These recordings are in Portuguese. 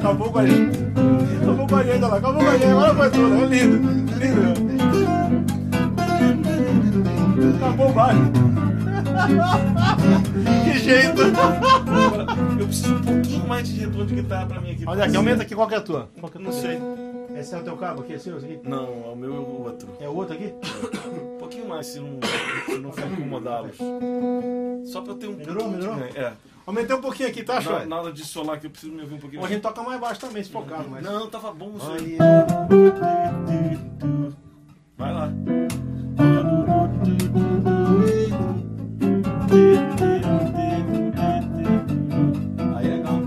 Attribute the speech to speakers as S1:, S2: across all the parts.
S1: Acabou com a gente. Acabou com a gente, olha lá. Acabou com a gente. Olha foi tudo. É lindo. Lindo. Acabou o bairro. Que jeito.
S2: Agora, eu preciso um pouquinho mais de retorno de guitarra pra mim aqui.
S1: Olha aqui, aumenta aqui. Qual que é a tua?
S2: Não sei.
S1: Esse é o teu cabo aqui? É seu? Esse aqui?
S2: Não, é o meu e o outro.
S1: É o outro aqui?
S2: Um pouquinho mais, se não for incomodá-los. Só pra eu ter um
S1: Melhorou?
S2: de ganho. É.
S1: Aumentei um pouquinho aqui, tá, Choy?
S2: Na hora de solar aqui eu preciso me ouvir um pouquinho
S1: Ou a gente toca mais baixo também, se for caso, mas...
S2: Não, tava bom isso aí.
S1: Aí.
S2: Vai lá.
S1: Aí é legal.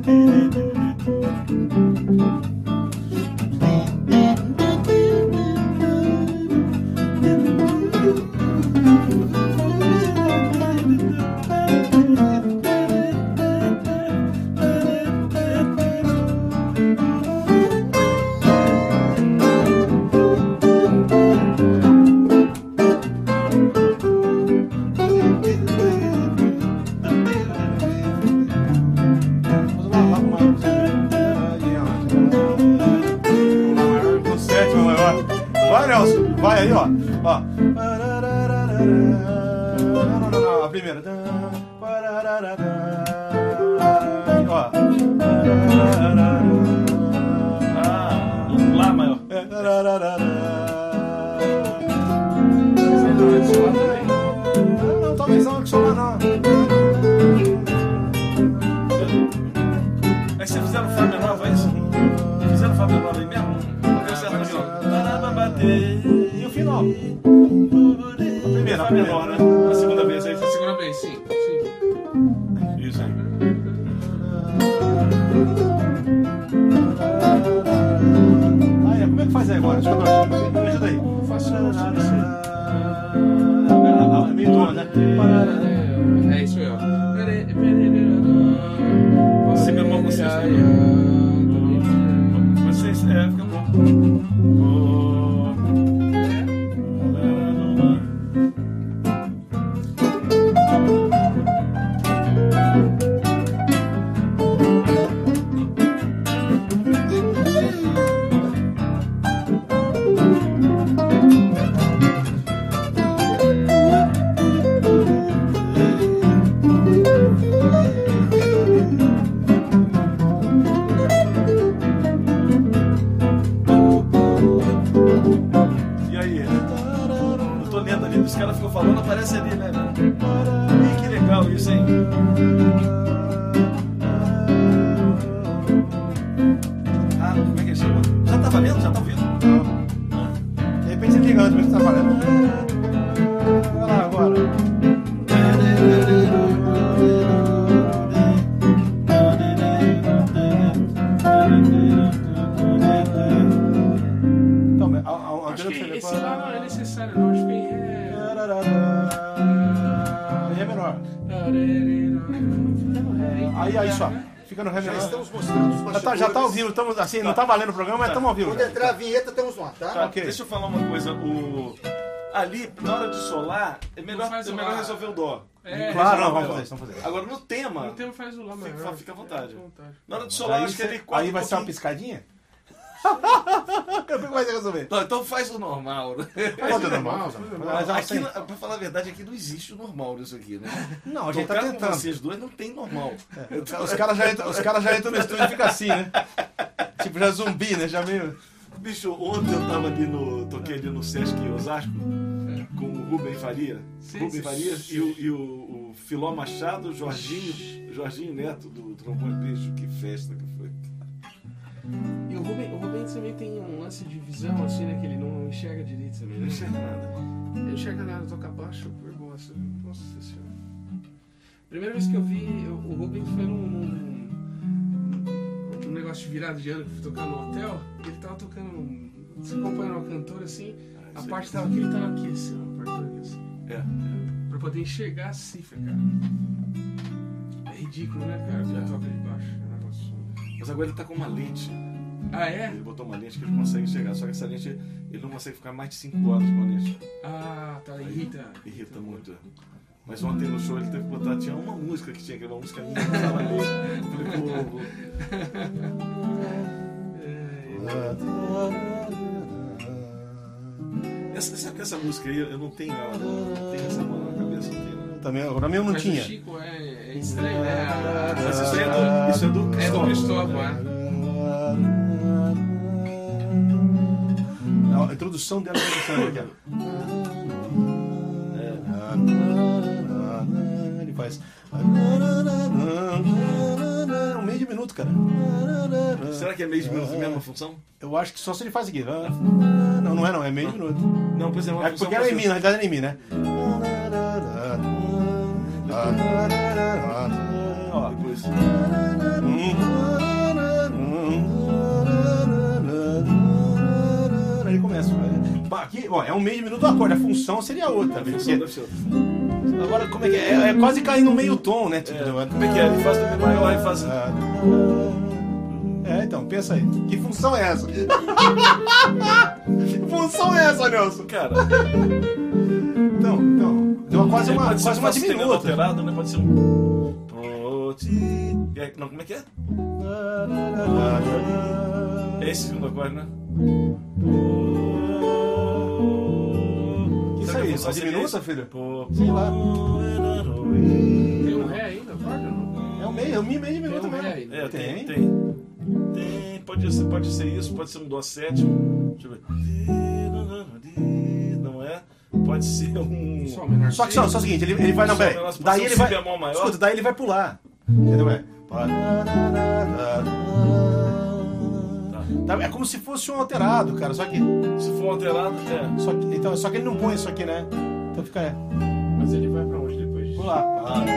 S1: Vai, Nelson. Vai aí, ó. Ó. Não. A primeira. Ó.
S2: Lá maior.
S1: Não, talvez não, que só lá não.
S2: Aí vocês fizeram Fá menor, foi isso? Fizeram Fá menor aí mesmo? Não deu certo aqui, não.
S1: E o final? A primeira,
S2: Fá menor, né? A segunda vez aí.
S3: A segunda vez, sim.
S2: Isso aí.
S1: Aí, como é que faz aí agora? Deixa eu dar me ajuda aí.
S3: Faço
S1: É meio duro, né?
S3: É isso aí, ó.
S2: Si bemol com sexta. Vocês, fica bom. E aí? Eu tô lendo ali, os caras ficam falando, aparece ali, né? Ih, que legal isso, hein? Ah, como é que é isso? Já tá valendo? Já tá ouvindo?
S1: De repente você liga antes, mas você tá valendo. Vai lá agora. Então,
S3: Acho que
S1: você
S3: esse lá não é necessário, não. Acho que é.
S1: Ré menor. Aí só. Fica no Ré
S4: Já
S1: menor.
S4: estamos mostrando os bastidores.
S1: Já tá ao vivo, estamos assim, não tá valendo o programa, mas estamos ao vivo.
S4: Quando
S1: já.
S4: entrar a vinheta, estamos no ar, tá?
S2: Tá,
S1: Ok.
S2: deixa eu falar uma coisa. Ali, na hora de solar, é melhor
S3: Faz o
S2: melhor
S3: Lá.
S2: resolver o Dó.
S3: É,
S1: Claro, não,
S2: Resolve
S1: vamos
S2: o
S1: fazer isso, vamos fazer.
S2: Agora, no tema,
S3: o tema faz o Lá maior.
S2: fica à vontade.
S3: Fica à vontade.
S2: Na hora de solar, acho que ele corta
S1: Aí vai
S2: um
S1: ser uma
S2: pouquinho.
S1: piscadinha? Como é que vai resolver?
S2: Não, então faz o normal. Né?
S1: Pode normal, mas
S2: Aqui, pra falar a verdade, aqui não existe o normal nisso aqui, né?
S1: Não, a gente tá
S2: Tocar com
S1: tentando.
S2: vocês dois não tem normal.
S1: Os caras já entram no estúdio e fica assim, né? Tipo, já zumbi, né? Já meio...
S2: Bicho, ontem eu tava ali toquei ali no Sesc Osasco com o Rubem Faria.
S3: Sim,
S2: Rubem
S3: sim.
S2: Farias e o Filó Machado, o Jorginho Neto do Trombone. Bicho, que festa que foi.
S3: E o Rubens também tem um lance de visão, assim, né? Que ele não enxerga direito também,
S2: Não
S3: né?
S2: enxerga nada.
S3: Ele enxerga nada, toca baixo, por bosta. Nossa senhora. Primeira vez que eu vi o Rubens foi num negócio de virada de ano que eu fui tocar no hotel. Ele tava tocando, você acompanhando uma cantora assim, a
S2: sei.
S3: parte tava aqui, ele tava aqui assim, ó, a parte tava aqui assim. Pra poder enxergar a cifra, cara. É ridículo, né, cara? Quem toca de baixo. É um negócio.
S2: Mas agora ele tá com uma lente.
S3: Ah, é?
S2: Ele botou uma lente que ele consegue enxergar. Só que essa lente, ele não consegue ficar mais de 5 horas com a lente.
S3: Ah, tá, irrita.
S2: Irrita muito. Mas ontem no show ele teve que botar, tinha uma música que tinha, que era uma música minha que eu tava ali. Eu falei, pô, Sabe que essa música aí, eu não tenho ela, não tenho essa mão na cabeça, não tenho.
S1: Também, pra mim eu não
S3: Mas
S1: tinha.
S3: o Chico é estranho, né?
S2: Mas isso é do
S3: É do Cristóvão, é.
S1: A introdução dela é interessante aqui, ó. Ele faz. É um meio de minuto, cara.
S2: Será que é meio de minuto mesmo a função?
S1: Eu acho que só se ele faz aqui. Não, não é meio de minuto.
S2: Não, pois é uma
S1: É
S2: função.
S1: porque era em mim, na realidade era em mim, né? Ó.
S2: Depois.
S1: Aí começa. Aqui, ó, é um meio de minuto do acorde. A função seria outra.
S2: A
S1: Porque...
S2: função deve ser outra.
S1: Agora, como é que é? É quase cair no meio tom, né? Tipo,
S2: Como é que é? Ele faz do Mi maior e faz.
S1: Então, pensa aí. Que função é essa? Que função é essa, Nelson?
S2: Cara,
S1: Então, deu quase uma
S2: pode ser um Fá sustenido
S1: diminuta.
S2: alterado, né? Pode ser um. Não, como é que é? É esse segundo acorde, né?
S1: Isso
S2: Será que a
S1: aí,
S2: função
S1: só
S2: seria
S1: diminuta,
S2: esse?
S1: filho?
S2: Pô.
S1: Sei lá.
S3: Tem um ré ainda, acorda, não?
S1: É um meio de
S3: Tem
S1: minuto
S3: um ré
S1: mesmo.
S3: ainda.
S2: É,
S1: Tem.
S2: tem. Pode ser isso, pode ser um dó sétimo. Deixa eu ver. Não é? Pode ser um.
S3: Sol menor.
S1: Só que só o seguinte, ele vai, não,
S2: Sol
S1: peraí.
S2: menor, pode
S1: Daí
S2: ser um
S1: ele
S2: Si
S1: vai.
S2: bemol maior.
S1: Escuta, daí ele vai pular. Entendeu?
S2: Tá.
S1: É como se fosse um alterado, cara. Só que
S2: Se for alterado,
S1: só que ele não põe isso aqui, né? Então fica.
S3: Mas ele vai pra onde depois?
S1: Vou lá.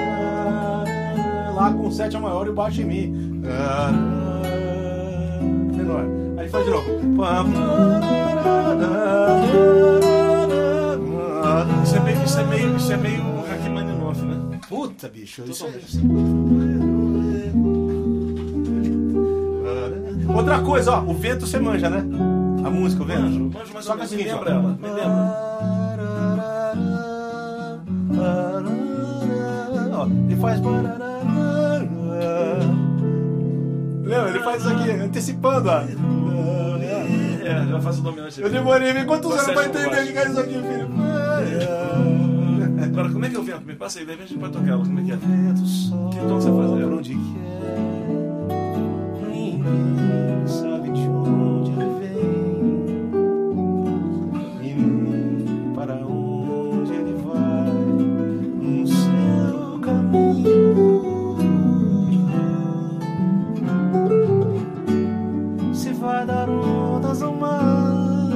S1: Lá com o 7 maior e o baixo em Mi. Menor. Aí ele faz de novo.
S2: Isso é meio Rachmaninoff, né?
S1: Puta, bicho. Isso é... Outra coisa, ó. O vento você manja, né? A música, o vento.
S2: Manjo mais
S1: Só
S2: ou
S1: que é o
S2: menos.
S1: seguinte,
S2: Me
S1: ó.
S2: lembra ela, me lembra.
S1: Ó, ele faz. Lembra? Ele faz isso aqui, antecipando, ó.
S2: Ela faz o dominante.
S1: Eu demorei quantos
S2: Você
S1: anos pra
S2: acha que eu
S1: entender o que é isso aqui, filho?
S2: Agora, como é que é o vento? Me passa aí, de repente a gente pode tocar ela. Como é que é?
S1: Vento só.
S2: Que tom você faz aí?
S1: Por onde quer. Ninguém sabe de onde ele vem. E nem para onde ele vai. No seu caminho. Se vai dar ondas ao mar.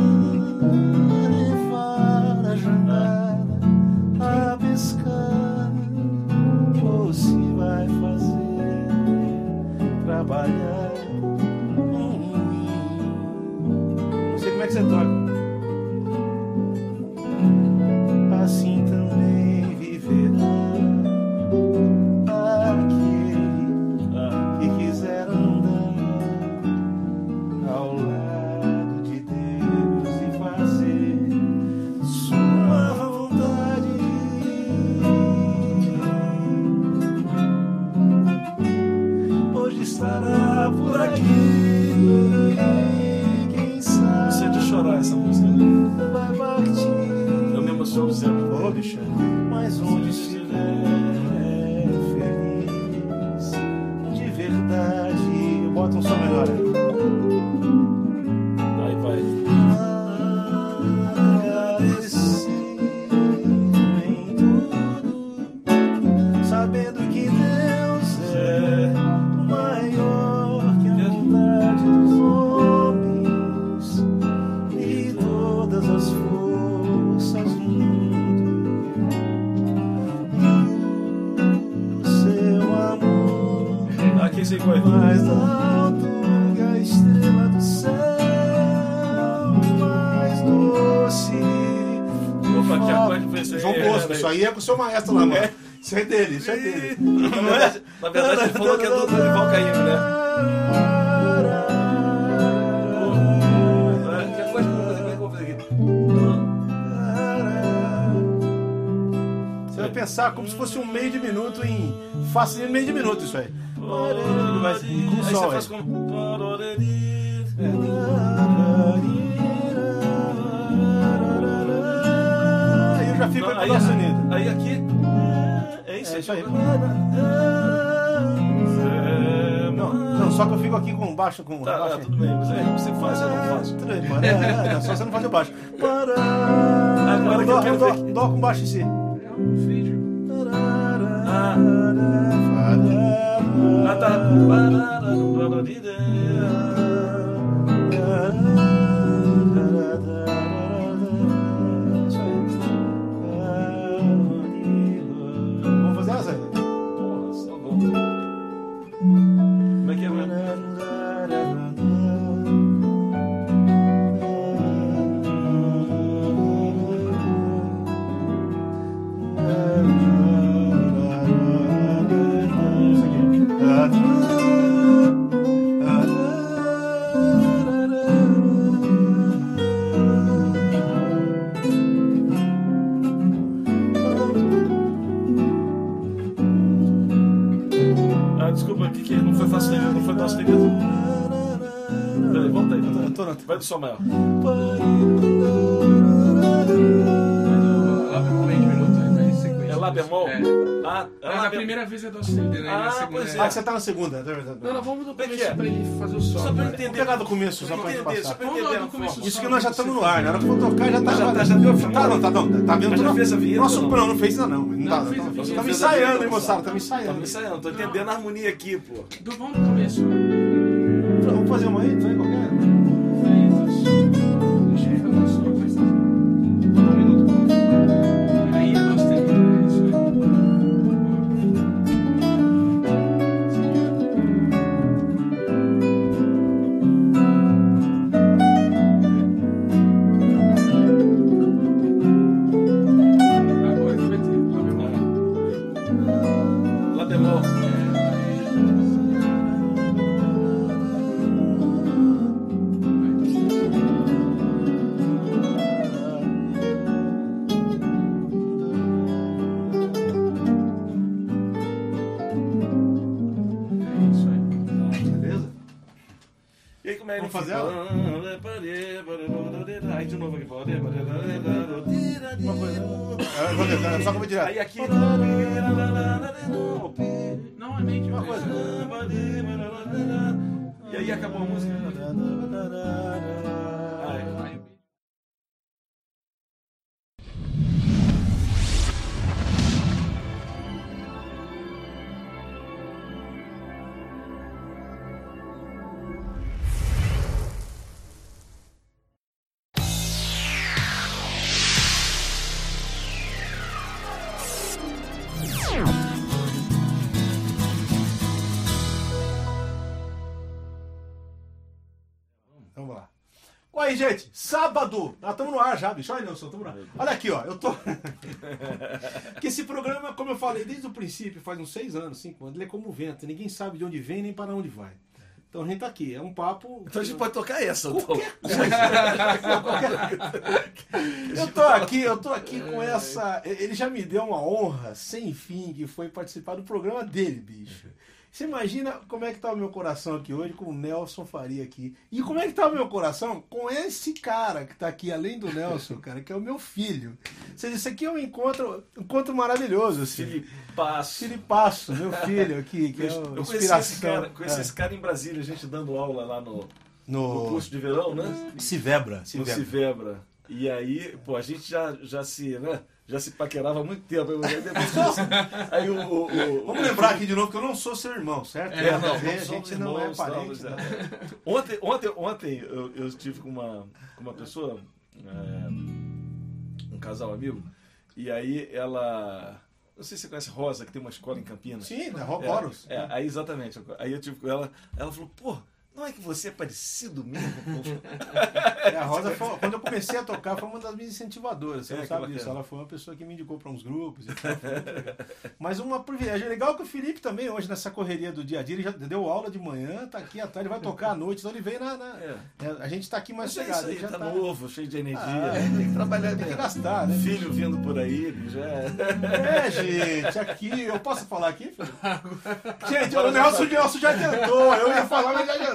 S1: Levar a jangada a pescar. Ou se vai fazer trabalhar em mim. Não sei como é que você toca. Assim também viverá aquele que quiser andar ao lado de Deus e fazer sua vontade. Hoje estará por aqui. Quem sabe
S2: Isso é de chorar essa música, né?
S1: vai partir.
S2: Eu me emociono sempre.
S1: Ô, bicho, mas onde estiver feliz de verdade, eu boto um som menor aí.
S2: Aí vai.
S1: Agradecido em tudo, sabendo que Deus é o maior que a vontade dos homens e todas as forças do mundo. E o seu amor
S2: Aqui sei qual é.
S1: mais alto que a estrela do céu, mais doce.
S2: Opa, que acorde foi esse aí?
S1: João Bosco, isso aí é com o seu maestro lá, mano. Isso é dele, isso é dele.
S2: Na verdade, ele falou que é do Dorival Caymmi, né? Que acorde que eu vou fazer? Como é que eu vou fazer aqui?
S1: Você vai pensar como se fosse um meio de minuto em. Faça meio de minuto isso aí. Mas com
S2: Aí você
S1: sol,
S2: faz
S1: é.
S2: como.
S1: Aí eu já fico aí com a sonida.
S2: Aí aqui. É isso aí.
S1: Não, só que eu fico aqui com baixo, com
S2: Tá, tudo bem, mas aí você faz, eu não faço.
S1: Tudo bem, mano. Só você não fazer o baixo.
S2: Agora que eu quero ver.
S1: Dó com baixo em si.
S3: É um Friedrich.
S1: Vamos fazer essa aí?
S2: Nossa, bom. Como é que é mesmo? Desculpa, o que não foi fácil, não foi nosso tempo. Peraí, volta aí, vai do sol maior.
S3: Lá bemol 20 minutos, aí sequência.
S2: É Lá bemol?
S3: É. Mas a primeira vez é do sustenido, né? Na segunda
S2: pois é.
S1: Ah, você tá na segunda, é verdade.
S3: Não, vamos do
S2: Como é que
S3: começo
S2: é?
S3: pra ele fazer o sol.
S2: Só pra eu
S3: né?
S2: entender.
S1: Vamos pegar do começo, só pra gente passar.
S3: Vamos lá do começo.
S1: Isso que nós já estamos no ar, na hora que for tocar já tá.
S2: Já deu a
S1: Tá, não, tá vendo
S2: Mas já
S1: tudo.
S2: fez a vinheta,
S1: Nossa,
S2: não?
S1: não fez ainda não. Não tá,
S3: fez a vinheta.
S1: estamos
S2: Fez a
S1: ensaiando,
S2: vinheta,
S1: hein, moçada? Estamos
S2: Estamos
S1: ensaiando.
S2: ensaiando, tô entendendo a harmonia aqui, pô.
S3: Vamos do começo.
S1: Vamos fazer uma aí? Então, qualquer.
S3: Deixa eu fazer o som, mas tá. Um minuto. Aí é nosso tempo, né? Isso aí. Agora que vai ter. Lá bemol.
S2: Lá bemol.
S3: É isso aí.
S1: Beleza?
S2: E aí como é que
S1: Vamos fazer ela?
S2: Aí de novo aqui.
S1: Uma coisa. Só que eu vou direto.
S2: Aí aqui.
S3: Normalmente
S1: Uma coisa.
S2: E aí acabou a música.
S3: Aí,
S1: Vamos lá. Oi, gente, sábado. Nós estamos no ar já, bicho. Olha, Nelson, estamos no ar. Olha aqui, ó. Eu tô. Que esse programa, como eu falei desde o princípio, faz uns 6 anos, 5 anos, ele é como o vento. Ninguém sabe de onde vem nem para onde vai. Então a gente tá aqui. É um papo.
S2: Então a gente pode tocar essa.
S1: Qualquer coisa. Eu tô aqui com essa. Ele já me deu uma honra sem fim, que foi participar do programa dele, bicho. Você imagina como é que tá o meu coração aqui hoje com o Nelson Faria aqui. E como é que tá o meu coração com esse cara que tá aqui, além do Nelson, cara, que é o meu filho. Ou seja, isso aqui é um encontro maravilhoso. Assim. Filipasso, meu filho aqui, que é
S2: Eu
S1: inspiração.
S2: conheci esse cara em Brasília, a gente dando aula lá no curso de verão, né?
S1: Civebra.
S2: No Civebra. E aí, pô, a gente já se paquerava há muito tempo. Aí
S1: Vamos lembrar aqui de novo que eu não sou seu irmão, certo? A gente não é parente.
S2: Ontem eu estive com uma pessoa, um casal amigo, e aí ela... Não sei se você conhece Rosa, que tem uma escola em Campinas.
S1: Sim, da Horus.
S2: Aí exatamente. Aí eu tive com ela, ela falou, pô, não é que você é parecido mesmo com...
S1: A Rosa, quando eu comecei a tocar, foi uma das minhas incentivadoras. Você não sabe
S2: bacana.
S1: disso. Ela foi uma pessoa que me indicou para uns grupos e tal. Foi muito legal. Mas uma privilégio. É legal que o Felipe também, hoje, nessa correria do dia a dia, ele já deu aula de manhã, tá aqui à tarde, vai tocar à noite, então ele vem a gente tá aqui mais
S2: Mas
S1: chegado.
S2: é isso aí,
S1: já
S2: tá novo, cheio de energia.
S1: tem que
S2: trabalhar,
S1: tem que gastar, né?
S2: Filho vindo por aí, já
S1: Gente, aqui, eu posso falar aqui, Felipe? Gente, o Nelson já adiantou, eu ia falar, mas já adiantou.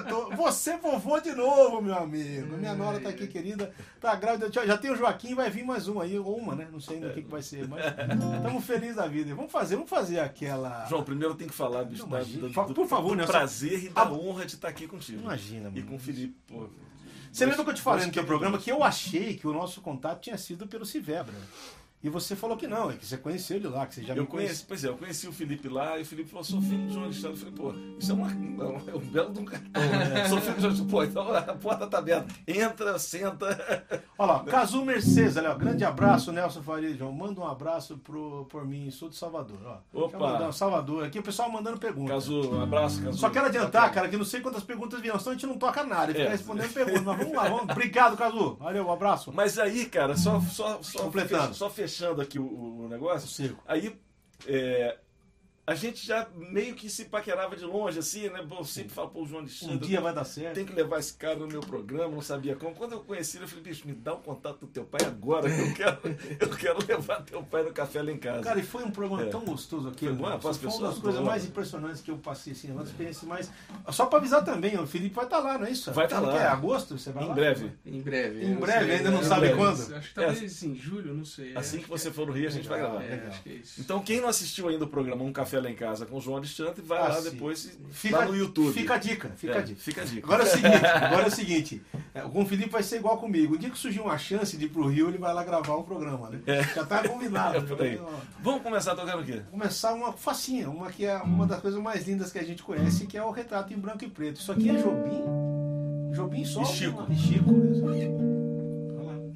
S1: Você vovô de novo, meu amigo. Minha nora tá aqui, querida. Tá grávida. Já tem o Joaquim, vai vir mais um aí. Ou uma, né? Não sei ainda o que vai ser. Mas estamos felizes da vida. Vamos fazer aquela...
S2: João, primeiro eu tenho que falar, bicho,
S1: por favor,
S2: do
S1: Nelson.
S2: prazer e da honra de estar aqui contigo.
S1: Imagina,
S2: E
S1: mano.
S2: com o Felipe, pô.
S1: Você lembra que eu te falei no teu programa que eu achei que o nosso contato tinha sido pelo Civebra? E você falou que não, é que você conheceu ele lá, que você já me conhece.
S2: Pois é, eu conheci o Felipe lá e o Felipe falou, sou filho de João Alexandre. Eu falei, pô, isso é um belo de um cartão, né? Sou filho de João Alexandre. Pô, então a porta tá aberta. Entra, senta.
S1: Olha lá, Cazu Mercedes, olha, grande abraço, Nelson Faria, João. Manda um abraço por mim, sou de Salvador. Ó.
S2: Opa.
S1: Deixa eu mandar um Salvador aqui, o pessoal mandando perguntas.
S2: Cazu, um abraço, Cazu.
S1: Só quero adiantar, cara, que não sei quantas perguntas virão, senão a gente não toca na área, fica respondendo perguntas. Mas vamos lá, vamos. Obrigado, Cazu. Valeu, um abraço.
S2: Mas aí, cara, só
S1: Completando.
S2: só fechando aqui o negócio,
S1: O circo.
S2: aí a gente já meio que se paquerava de longe, assim, né? Eu sempre falo, pô, o João Alexandre,
S1: Um dia vai dar certo.
S2: tem que levar esse cara no meu programa, não sabia como. Quando eu conheci ele, eu falei, bicho, me dá o contato do teu pai agora, que eu quero levar teu pai no café lá em casa.
S1: Cara, e foi um programa tão gostoso aqui.
S2: Foi bom,
S1: Foi
S2: as
S1: uma
S2: pessoas
S1: das coisas
S2: adoram.
S1: mais impressionantes que eu passei, assim, uma das experiências mais... Só pra avisar também, o Felipe vai estar lá, não é isso?
S2: Vai estar lá.
S1: Que é agosto? Você vai
S2: Em
S1: lá?
S2: breve.
S3: Em breve.
S1: Em
S3: eu
S1: breve,
S3: sei,
S1: ainda não
S3: em
S1: sabe
S3: breve.
S1: quando?
S3: Acho que talvez em julho, não sei.
S2: Assim
S3: acho
S2: que você
S3: é.
S2: for no Rio, a gente vai gravar.
S3: É, acho que é isso.
S2: Então, quem não assistiu ainda o programa Um Café Lá em Casa com o João Alexandre, vai lá
S1: sim.
S2: depois,
S1: Fica,
S2: lá no YouTube.
S1: Fica a dica, fica a dica.
S2: Fica a dica.
S1: Agora é o seguinte, com o Felipe vai ser igual comigo. O dia que surgir uma chance de ir pro Rio, ele vai lá gravar um programa, né? Já tá combinado.
S2: Por aí. Vamos começar tocando o quê?
S1: Começar uma facinha, uma que é uma das coisas mais lindas que a gente conhece, que é o retrato em branco e preto. Isso aqui é Jobim só.
S2: E Chico.
S1: E Chico. Olha lá.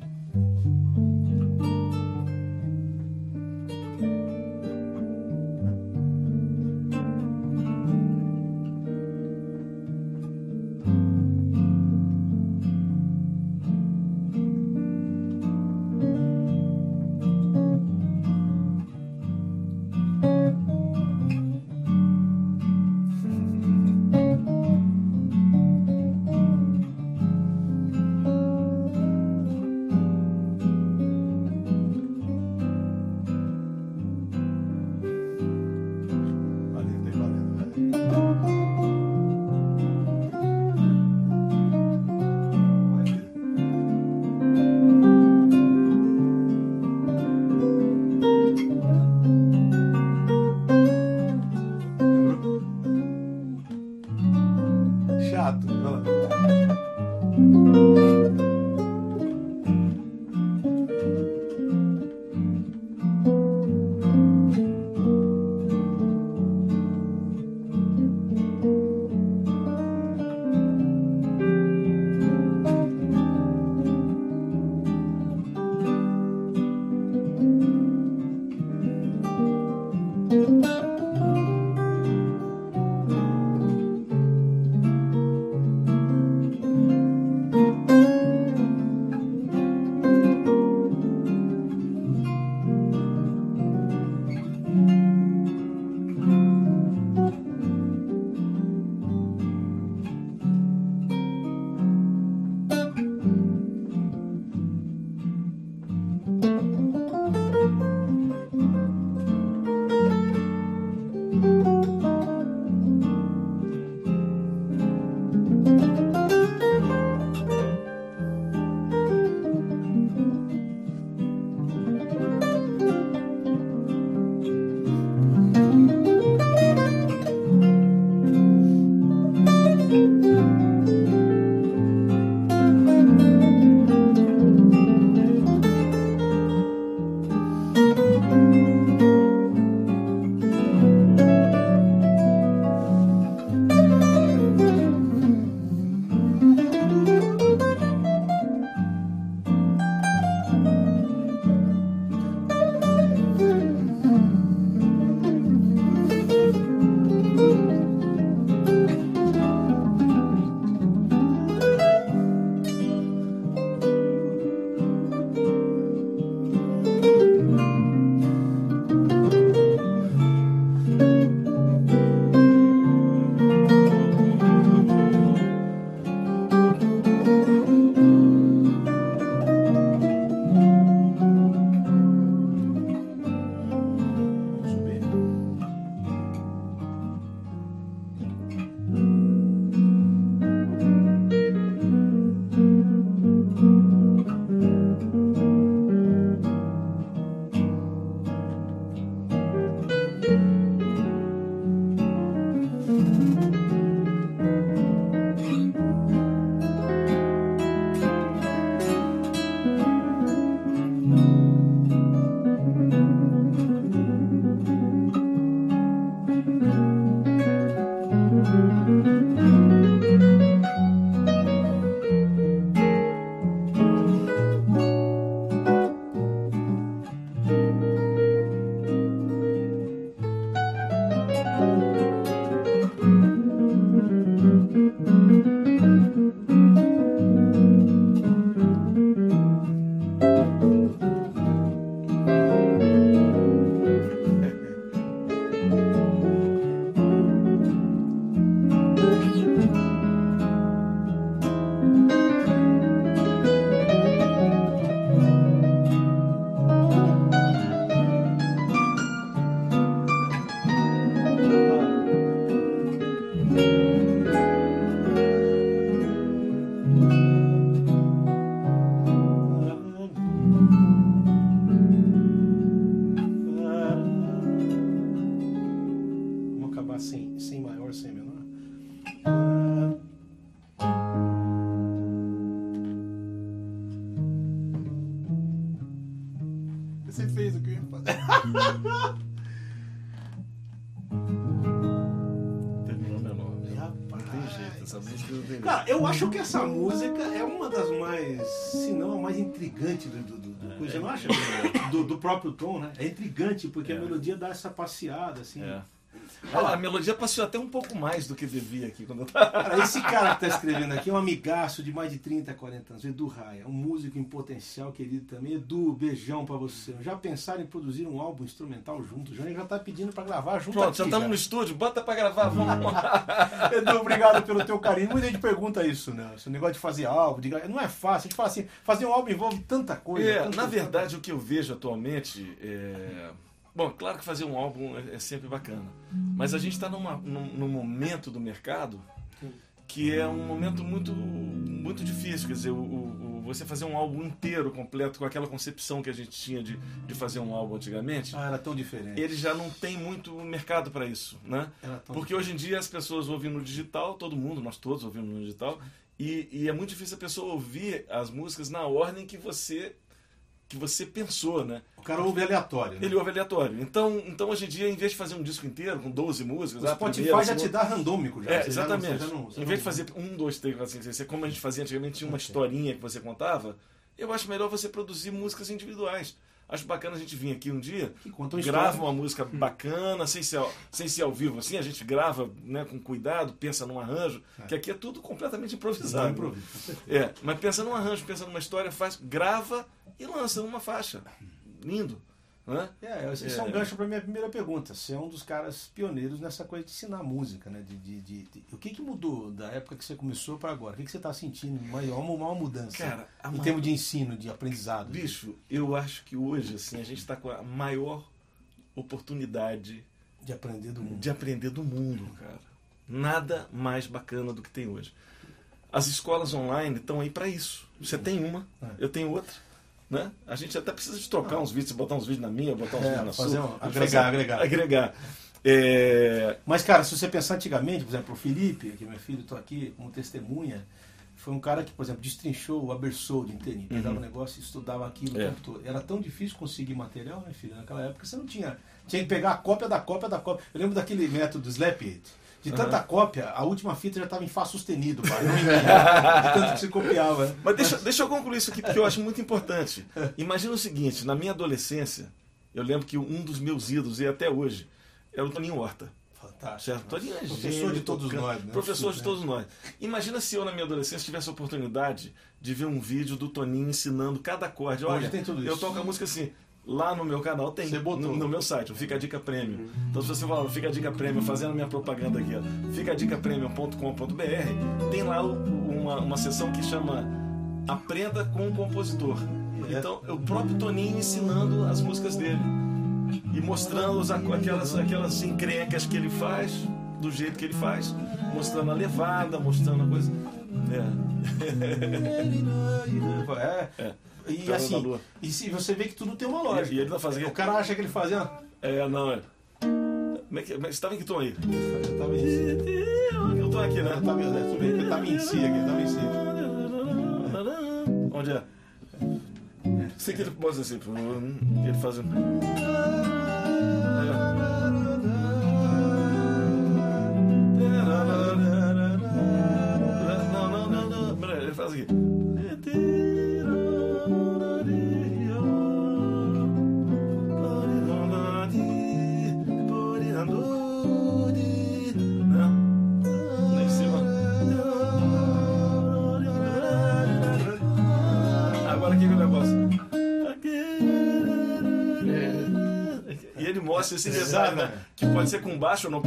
S2: Terminou meu nome. Não tem jeito, essa música não tem jeito.
S1: Cara, eu acho que essa música é uma das mais, se não a mais intrigante do coisa, você não acha? Do próprio Tom, né? É intrigante, porque a melodia dá essa passeada, assim.
S2: É. A melodia passeou até um pouco mais do que devia aqui quando eu tava.
S1: Cara, esse cara que tá escrevendo aqui é um amigaço de mais de 30, 40 anos, Edu Raia, um músico em potencial, querido também. Edu, beijão pra você. Já pensaram em produzir um álbum instrumental junto? O Jânio já tá pedindo pra gravar junto.
S2: Pronto,
S1: aqui,
S2: já estamos
S1: cara.
S2: no estúdio, bota pra gravar, vamos lá.
S1: Edu, obrigado pelo teu carinho. Muita gente pergunta isso, né? Esse negócio de fazer álbum, não é fácil. A gente fala assim, fazer um álbum envolve tanta coisa.
S2: Na verdade, o que eu vejo atualmente é... Bom, claro que fazer um álbum é sempre bacana, mas a gente está num momento do mercado que é um momento muito difícil. Quer dizer, você fazer um álbum inteiro, completo, com aquela concepção que a gente tinha de fazer um álbum antigamente,
S1: era tão diferente.
S2: ele já não tem muito mercado para isso, né? Porque hoje em dia as pessoas ouvem no digital, todo mundo, nós todos ouvimos no digital, e é muito difícil a pessoa ouvir as músicas na ordem que você pensou, né?
S1: O cara ouve aleatório, né?
S2: Ele ouve aleatório. Então, hoje em dia, em vez de fazer um disco inteiro com 12 músicas...
S1: O Spotify já te dá randômico. Já.
S2: Exatamente. Em vez de fazer 1, 2, 3, 4, 5, 6, como a gente fazia antigamente, tinha uma historinha que você contava, eu acho melhor você produzir músicas individuais. Acho bacana a gente vir aqui um dia, grava uma música bacana, sem ser ao vivo assim, a gente grava, né, com cuidado, pensa num arranjo, que aqui é tudo completamente improvisado. Mas pensa num arranjo, pensa numa história, grava e lança uma faixa. Lindo. Né?
S1: Esse é um gancho para minha primeira pergunta. Você é um dos caras pioneiros nessa coisa de ensinar música, né? O que mudou da época que você começou para agora? O que você está sentindo? Uma mudança,
S2: cara,
S1: em termos de ensino, de aprendizado?
S2: Bicho, eu acho que hoje assim, a gente está com a maior oportunidade
S1: de aprender
S2: do mundo, cara. Nada mais bacana do que tem hoje. As escolas online estão aí para isso. Você tem uma, eu tenho outra. Né? A gente até precisa de trocar uns vídeos, botar uns vídeos na minha, botar uns vídeos na sua. Agregar.
S1: Mas, cara, se você pensar antigamente, por exemplo, o Felipe, que é meu filho, estou aqui como testemunha, foi um cara que, por exemplo, destrinchou o Abersold inteirinho, pegava um negócio e estudava aquilo o tempo todo. Era tão difícil conseguir material, né, filho? Naquela época você não tinha que pegar a cópia da cópia da cópia. Eu lembro daquele método Slapyate. De tanta cópia, a última fita já estava em Fá sustenido, pai. De tanto que se copiava. Né?
S2: Mas deixa eu concluir isso aqui, porque eu acho muito importante. Imagina o seguinte, na minha adolescência, eu lembro que um dos meus ídolos, e até hoje, era o Toninho Horta.
S1: Fantástico.
S2: Certo? Toninho é
S1: professor de todos nós. Né?
S2: Professor de todos nós. Imagina se eu, na minha adolescência, tivesse a oportunidade de ver um vídeo do Toninho ensinando cada acorde. Olha,
S1: tem tudo isso.
S2: Eu toco a música assim... Lá no meu canal tem, no meu site, o Fica a Dica Premium. Então se você falar Fica a Dica Premium, fazendo a minha propaganda aqui, ficadicapremium.com.br, tem lá uma seção que chama Aprenda com o Compositor. Então é o próprio Toninho ensinando as músicas dele e mostrando aquelas encrencas que ele faz, do jeito que ele faz, mostrando a levada, mostrando a coisa.
S1: E assim, e se você vê que tudo tem uma lógica.
S2: E ele não fazia.
S1: O cara acha que ele fazia.
S2: Como é que. Você estava em que tom aí?
S1: Eu tava em si.
S2: Eu tô aqui, né?
S1: Eu tava em si aqui, tava em si.
S2: Onde é? Sei que ele mostra assim, ele faz um. Não. Ele faz aqui. Ele mostra esse detalhe, né? Que pode ser com baixo ou não.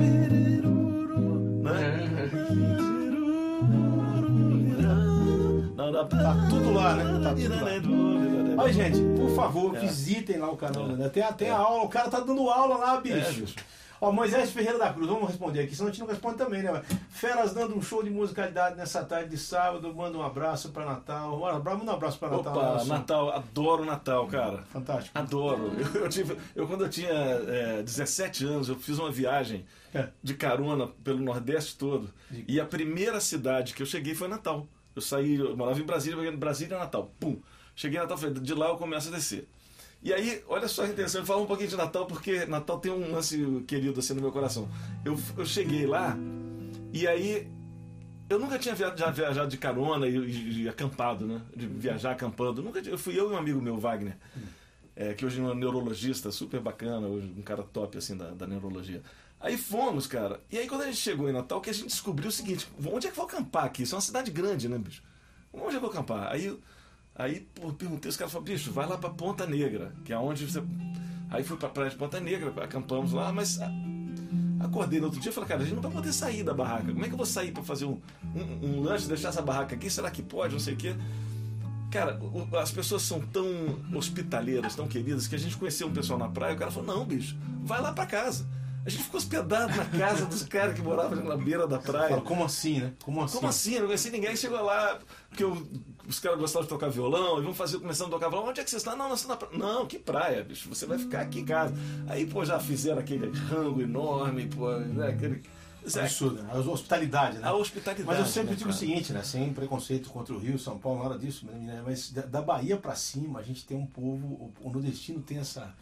S1: Tá tudo lá, né? Tá tudo lá. Mas, gente, por favor, visitem lá o canal. Né? Tem a aula, o cara tá dando aula lá, bicho. Ó, Moisés Ferreira da Cruz, vamos responder aqui, senão a gente não responde também, né? Feras dando um show de musicalidade nessa tarde de sábado, manda um abraço pra Natal. Manda um abraço pra Natal.
S2: Opa, Natal, adoro Natal, cara.
S1: Fantástico.
S2: Adoro. Quando eu tinha 17 anos, eu fiz uma viagem de carona pelo Nordeste todo. E a primeira cidade que eu cheguei foi Natal. Eu morava em Brasília, Natal. Pum. Cheguei em Natal, falei, de lá eu começo a descer. E aí, olha só a intenção, eu falo um pouquinho de Natal, porque Natal tem um lance querido assim no meu coração. Eu cheguei lá, e aí eu nunca tinha viajado de carona e acampado, né? De viajar acampando. Eu fui eu e um amigo meu, Wagner, que hoje é um neurologista super bacana, hoje um cara top assim da neurologia. Aí fomos, cara. E aí quando a gente chegou em Natal, que a gente descobriu o seguinte: onde é que eu vou acampar aqui? Isso é uma cidade grande, né, bicho? Onde é que eu vou acampar? Aí pô, perguntei, os caras falaram, bicho, vai lá pra Ponta Negra, que é onde você... Aí fui pra praia de Ponta Negra, acampamos lá, mas acordei no outro dia e falei, cara, a gente não vai poder sair da barraca. Como é que eu vou sair pra fazer um lanche, deixar essa barraca aqui? Será que pode? Não sei o quê. Cara, as pessoas são tão hospitaleiras, tão queridas, que a gente conheceu um pessoal na praia, o cara falou, não, bicho, vai lá pra casa. A gente ficou hospedado na casa dos caras que moravam na beira da praia.
S1: Fala, como assim, né? Como assim?
S2: Eu não conheci ninguém. Chegou lá, porque os caras gostavam de tocar violão, e começando a tocar violão. Onde é que você está? Não, nós estamos na praia. Não, que praia, bicho. Você vai ficar aqui em casa. Aí, pô, já fizeram aquele rango enorme, pô, né? Aquele...
S1: Absurdo, né? A hospitalidade, né?
S2: A hospitalidade.
S1: Mas eu sempre digo o seguinte, né? Sem preconceito contra o Rio, São Paulo, nada disso, né? Mas da Bahia pra cima, a gente tem um povo, o nordestino tem essa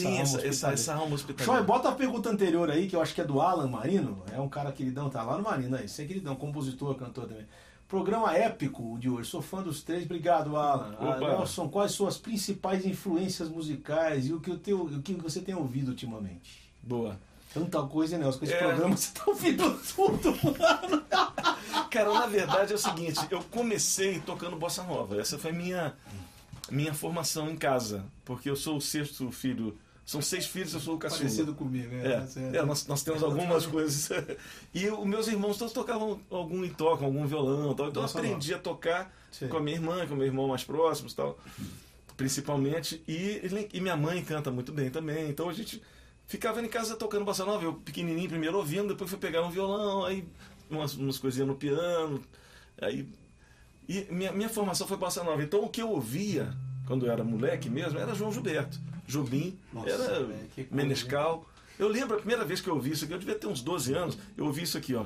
S1: alma hospitaleira. Shoy, bota a pergunta anterior aí, que eu acho que é do Alan Marino. É um cara queridão, tá lá no Marino aí. Você é queridão, compositor, cantor também. Programa épico de hoje. Sou fã dos três. Obrigado, Alan. Nelson, quais suas principais influências musicais e o que você tem ouvido ultimamente?
S2: Boa.
S1: Tanta coisa, Nelson. Com esse programa você tá ouvindo tudo, mano.
S2: Cara, na verdade é o seguinte. Eu comecei tocando bossa nova. Essa foi minha formação em casa, porque eu sou o sexto filho, são 6 filhos, eu sou o caçula.
S1: Parecido comigo,
S2: nós temos algumas coisas. E os meus irmãos todos tocavam algum violão, tal. Então eu aprendi a tocar com a minha irmã, com o meu irmão mais próximos, tal, principalmente. E minha mãe canta muito bem também, então a gente ficava em casa tocando bossa nova, eu pequenininho primeiro ouvindo, depois fui pegar um violão, aí umas coisinhas no piano, aí... E minha formação foi bossa nova. Então o que eu ouvia, quando eu era moleque mesmo, era João Gilberto, Jobim, era Menescal. Eu lembro a primeira vez que eu ouvi isso aqui, eu devia ter uns 12 anos, eu ouvi isso aqui, ó.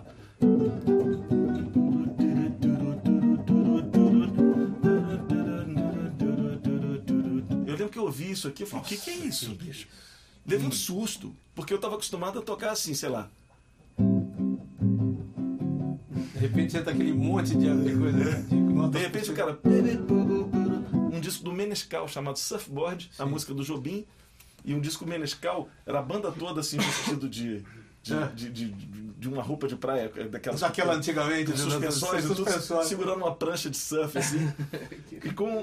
S2: Eu lembro que eu ouvi isso aqui, eu falei, o que é isso, bicho? Levei um susto, porque eu estava acostumado a tocar assim, sei lá.
S1: De repente você tá aquele monte de coisa.
S2: De repente o cara... Um disco do Menescal chamado Surfboard, a música do Jobim, e um disco Menescal, era a banda toda assim, vestido de uma roupa de praia,
S1: daquela antigamente,
S2: com suspensórios, segurando uma prancha de surf assim, e com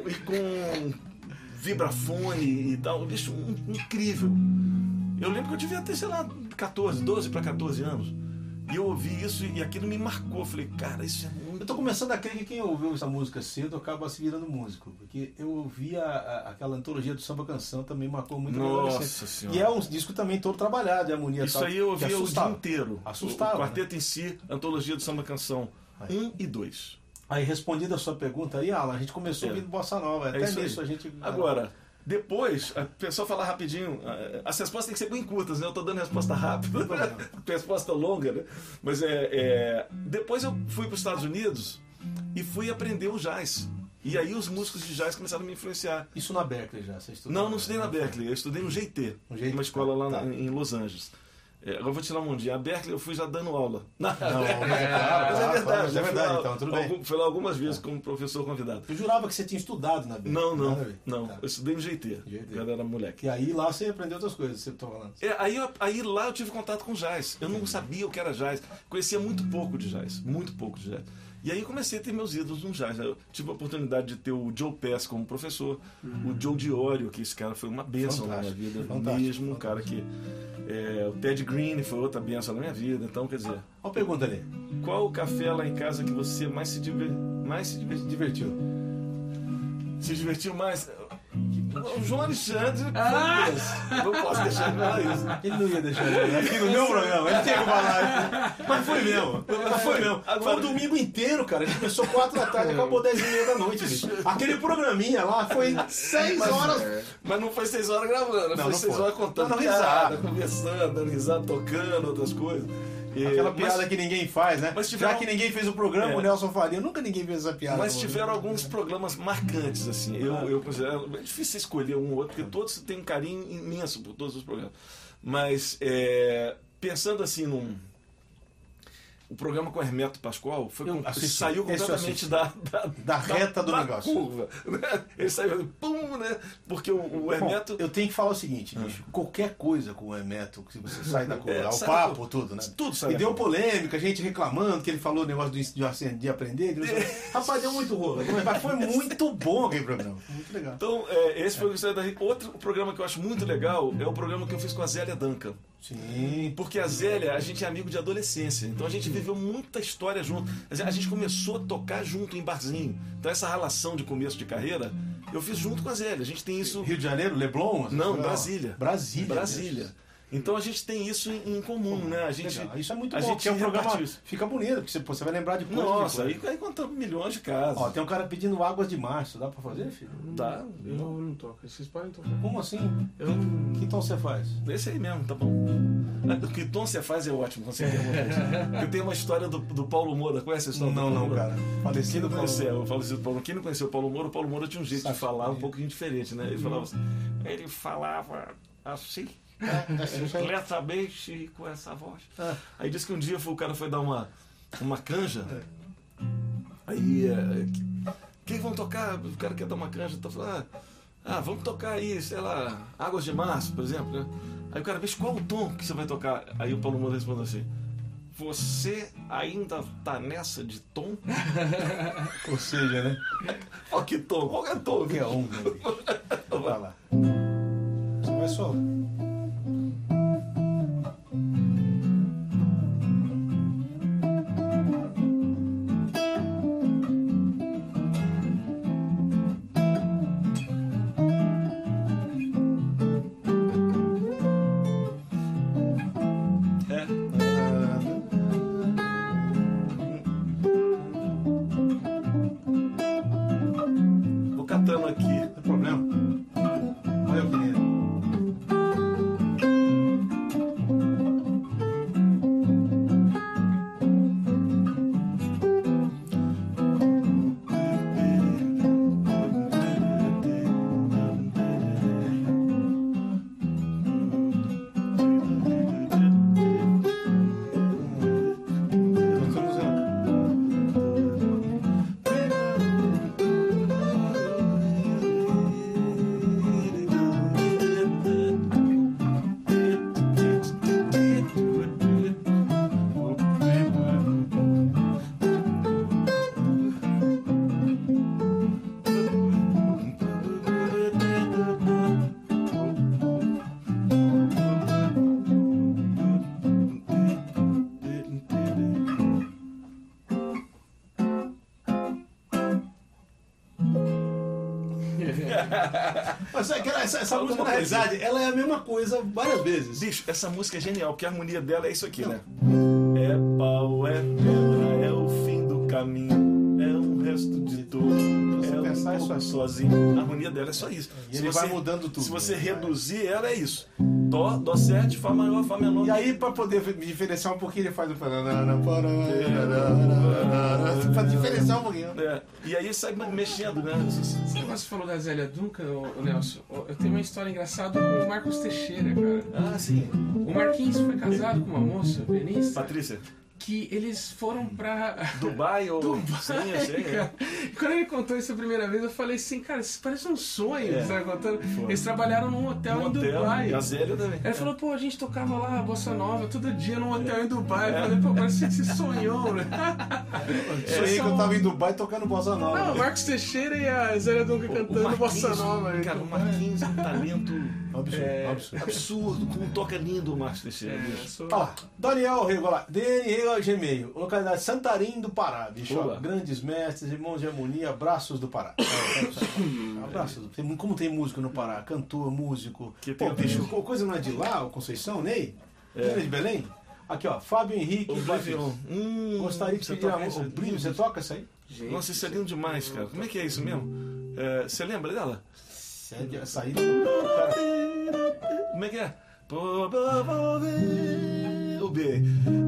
S2: vibrafone e tal, um bicho incrível. Eu lembro que eu devia ter, sei lá, 12 para 14 anos. E eu ouvi isso e aquilo me marcou. Eu falei, cara, isso é muito...
S1: Eu tô começando a crer que quem ouviu essa música cedo acaba se virando músico. Porque eu ouvi aquela antologia do Samba Canção, também marcou muito.
S2: Nossa Senhora.
S1: E é um disco também todo trabalhado, de harmonia.
S2: Isso tal, aí eu ouvia o dia inteiro.
S1: Assustava.
S2: O quarteto, né? Em si, antologia do Samba Canção 1 e 2.
S1: Aí, respondida a sua pergunta aí, Alan, a gente começou ouvindo Bossa Nova. Até nisso a gente...
S2: Agora... Depois, a pessoa falar rapidinho, as respostas têm que ser bem curtas, né? Eu estou dando resposta rápida, resposta longa, né? Mas depois eu fui para os Estados Unidos e fui aprender o jazz. E aí os músicos de jazz começaram a me influenciar.
S1: Isso na Berkeley já? Você estudou?
S2: Não estudei na Berkeley, eu estudei no GT, uma escola lá em Los Angeles. Agora eu vou tirar um dia. A Berkeley eu fui já dando aula. Mas é verdade.
S1: Então, tudo bem.
S2: Fui lá algumas vezes como professor convidado.
S1: Eu jurava que você tinha estudado na Berkeley.
S2: Não. Tá. Eu estudei no GT. Quando era moleque.
S1: E aí lá você aprendeu outras coisas, você está falando.
S2: Aí lá eu tive contato com jazz. Eu não sabia o que era jazz. Conhecia muito pouco de jazz. E aí eu comecei a ter meus ídolos no jazz. Eu tive a oportunidade de ter o Joe Pass como professor, o Joe Diorio, que esse cara foi uma bênção na minha vida, mesmo, um cara que... o Ted Green foi outra bênção na minha vida, então quer dizer...
S1: Olha a pergunta ali.
S2: Qual o café lá em casa que você mais se divertiu? Se divertiu mais? O João Alexandre, não posso deixar de falar isso.
S1: Ele não ia deixar de falar aqui no meu programa, ele tinha que falar. Mas foi mesmo. Foi o domingo inteiro, cara. A gente começou 4 da tarde e acabou 10h30 da noite. Bicho. Aquele programinha lá foi 6 horas.
S2: Mas não foi 6 horas gravando, foi 6 horas contando piada, conversando, dando risada, tocando, outras coisas.
S1: Aquela piada que ninguém faz, né?
S2: Já
S1: que ninguém fez o programa, o Nelson Faria, nunca ninguém fez essa piada.
S2: Mas tiveram alguns programas marcantes, assim. Eu considero. É difícil escolher um ou outro, porque todos têm um carinho imenso por todos os programas. Mas, pensando assim o programa com o Hermeto Pascoal saiu completamente da
S1: reta do negócio.
S2: Curva, né? Ele saiu, pum, né? Porque o Hermeto...
S1: Eu tenho que falar o seguinte, bicho. Qualquer coisa com o Hermeto, que você sai da curva, o papo, tudo, né?
S2: Tudo sai.
S1: E deu polêmica, gente reclamando que ele falou o negócio de aprender. Rapaz, deu muito rolo. Mas foi muito bom aquele programa. Muito legal.
S2: Então, esse foi o outro programa que eu acho muito legal é o programa que eu fiz com a Zélia Duncan.
S1: Sim.
S2: Porque a Zélia, a gente é amigo de adolescência. Então a gente viveu muita história junto. A gente começou a tocar junto em barzinho. Então essa relação de começo de carreira, eu fiz junto com a Zélia. A gente tem isso...
S1: Rio de Janeiro? Leblon?
S2: Não, Brasília.
S1: Brasília.
S2: Então a gente tem isso em comum, né? A gente,
S1: isso é muito bom, porque é um programa fica bonito, porque você vai lembrar de coisas.
S2: Nossa, aí contamos milhões de casos.
S1: Ó, tem um cara pedindo Águas de Março, dá pra fazer, filho?
S2: Dá.
S3: Eu não toco, vocês podem tocar.
S1: Como assim? Que tom você faz?
S2: Esse aí mesmo, tá bom. Que tom você faz é ótimo, você tem Eu tenho uma história do Paulo Moura, conhece a história do Paulo Moura?
S1: Cara. Falecido
S2: Paulo Moura. Quem não conheceu o Paulo Moura tinha um jeito de falar um pouquinho diferente, né? Ele falava assim... completamente com essa voz. Aí disse que um dia o cara foi dar uma canja. Aí quem vão tocar? O cara quer dar uma canja, tá falando, vamos tocar aí, sei lá, Águas de Março, por exemplo, né? Aí o cara diz, qual o tom que você vai tocar? Aí o Paulo Moura respondeu assim: você ainda tá nessa de tom?
S1: Ou seja, né?
S2: Ó, que tom, qualquer tom.
S1: Qualquer um, né? Vai lá. Você vai só.
S2: Vou catando aqui.
S1: Não tem problema. Olha eu querido. Mas essa música, na realidade, ela é a mesma coisa várias vezes.
S2: Bicho, essa música é genial, porque a harmonia dela é isso aqui, né? É pau, é pedra, é o fim do caminho, é um resto de dor, é um pouco sozinho. A harmonia dela é só isso.
S1: E ele vai mudando tudo.
S2: Se você reduzir ela, é isso. Dó, Dó 7, Fá maior, Fá menor.
S1: E aí, pra poder diferenciar um pouquinho, ele faz o... Pra diferenciar um pouquinho.
S2: E aí sai mexendo, né?
S3: Esse negócio que falou da Zélia Duncan, o Nelson, eu tenho uma história engraçada com o Marcos Teixeira, cara.
S2: Ah, sim.
S3: O Marquinhos foi casado com uma moça, Benícia.
S2: Patrícia.
S3: Que eles foram pra...
S2: Dubai ou...
S3: Dubai,
S2: sim, eu sei,
S3: cara. Quando ele contou isso a primeira vez, eu falei assim, cara, isso parece um sonho. Você tá contando? Eles trabalharam num hotel em Dubai.
S2: E a Zélia também.
S3: Ele falou, pô, a gente tocava lá a Bossa Nova todo dia num hotel em Dubai. Eu falei, pô, parece que você sonhou, né?
S1: Sonhei que eu tava em Dubai tocando Bossa Nova.
S3: Não, o Marcos Teixeira e a Zélia Duncan cantando Bossa Nova.
S2: Cara, o Marquinhos é um talento absurdo, com um toca lindo o Marcos Teixeira.
S1: Daniel Rego, lá. Daniel Gmail, localidade Santarém do Pará, bicho.
S2: Olá.
S1: Grandes mestres, irmãos de harmonia, abraços do Pará. Abraços. Como tem músico no Pará? Cantor, músico. Pô, bicho, coisa não é de lá, o Conceição, Ney? Não é de Belém? Aqui, ó, Fábio Henrique. Gostaria de pedir a música. Você toca isso aí?
S2: Gente, nossa, isso é lindo demais, cara. Como é que é isso mesmo? Você lembra dela?
S1: Essa aí.
S2: Como é que é? bem.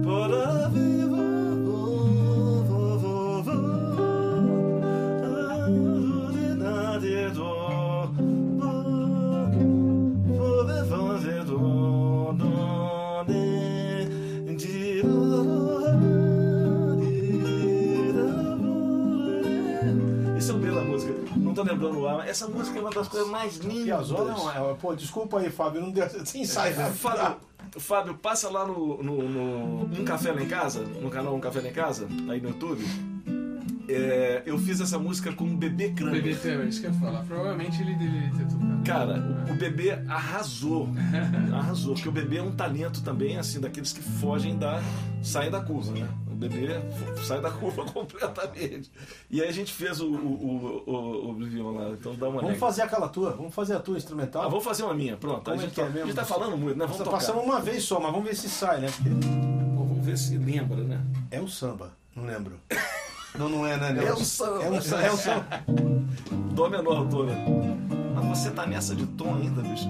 S2: Esse é o B da música. Não tô lembrando o ar. Essa música é uma das coisas mais lindas.
S1: Piazzolla não é. Pô, desculpa aí, Fábio, não deu sem ensaio.
S2: Fábio, passa lá no Um Café Lá em Casa, no canal Um Café Lá em Casa, aí no YouTube. Eu fiz essa música com o Bebê Kramer.
S3: Bebê Kramer, isso que eu ia falar. Provavelmente ele deveria ter tocado.
S2: Cara, o Bebê arrasou. Arrasou, porque o Bebê é um talento também, assim, daqueles que saem da curva, né? O Bebê sai da curva completamente. E aí a gente fez o Oblivion lá, então dá uma
S1: Vamos fazer aquela tua, vamos fazer a tua instrumental.
S2: vamos fazer uma minha, pronto.
S1: Como
S2: a gente
S1: é mesmo?
S2: tá falando muito, né? Vamos tocar.
S1: Passamos uma vez só, mas vamos ver se sai, né?
S2: Vamos ver se lembra, né?
S1: É o samba, não lembro. Não é, né, Nelson?
S2: É o samba.
S1: É o samba.
S2: Dó menor, dó, né? Mas você tá nessa de tom ainda, bicho.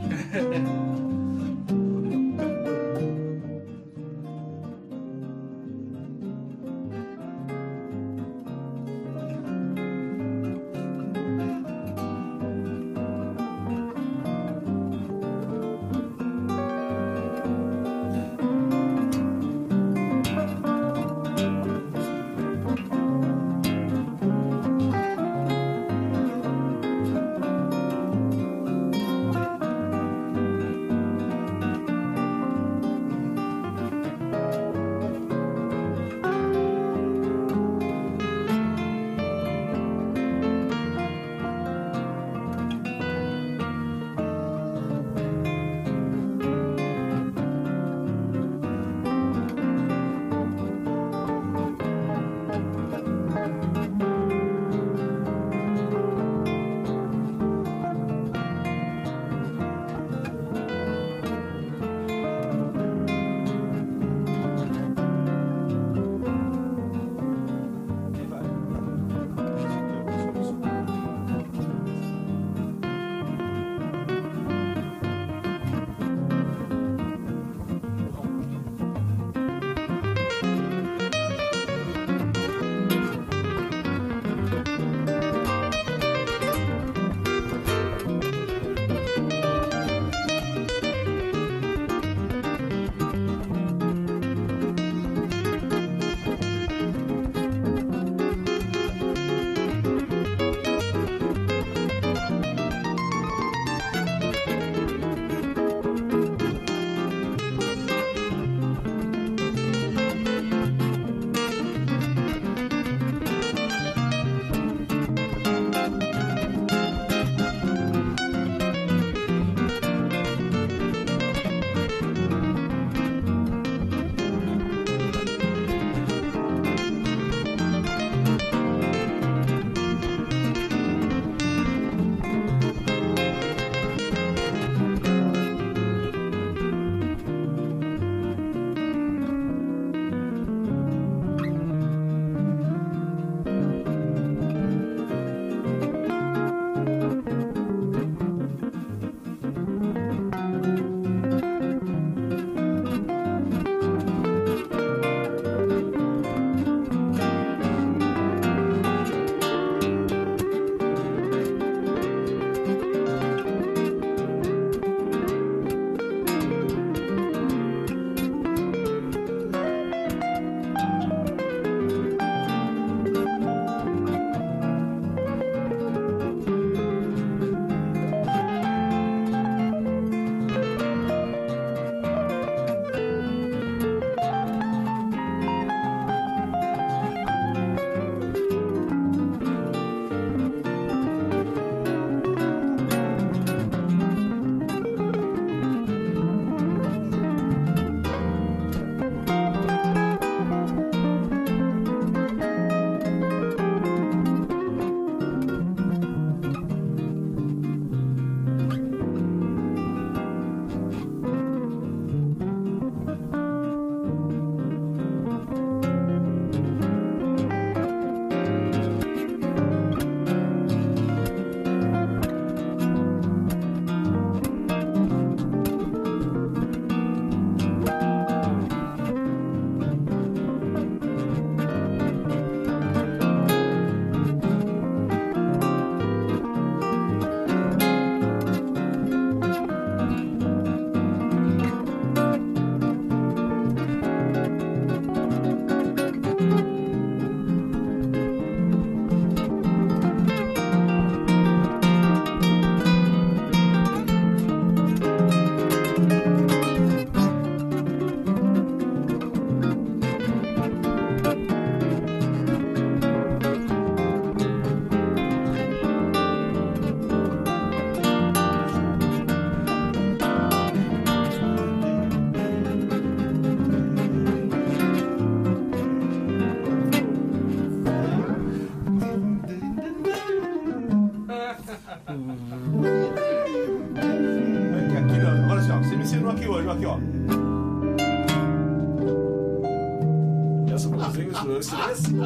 S2: Essa produziu isso assim.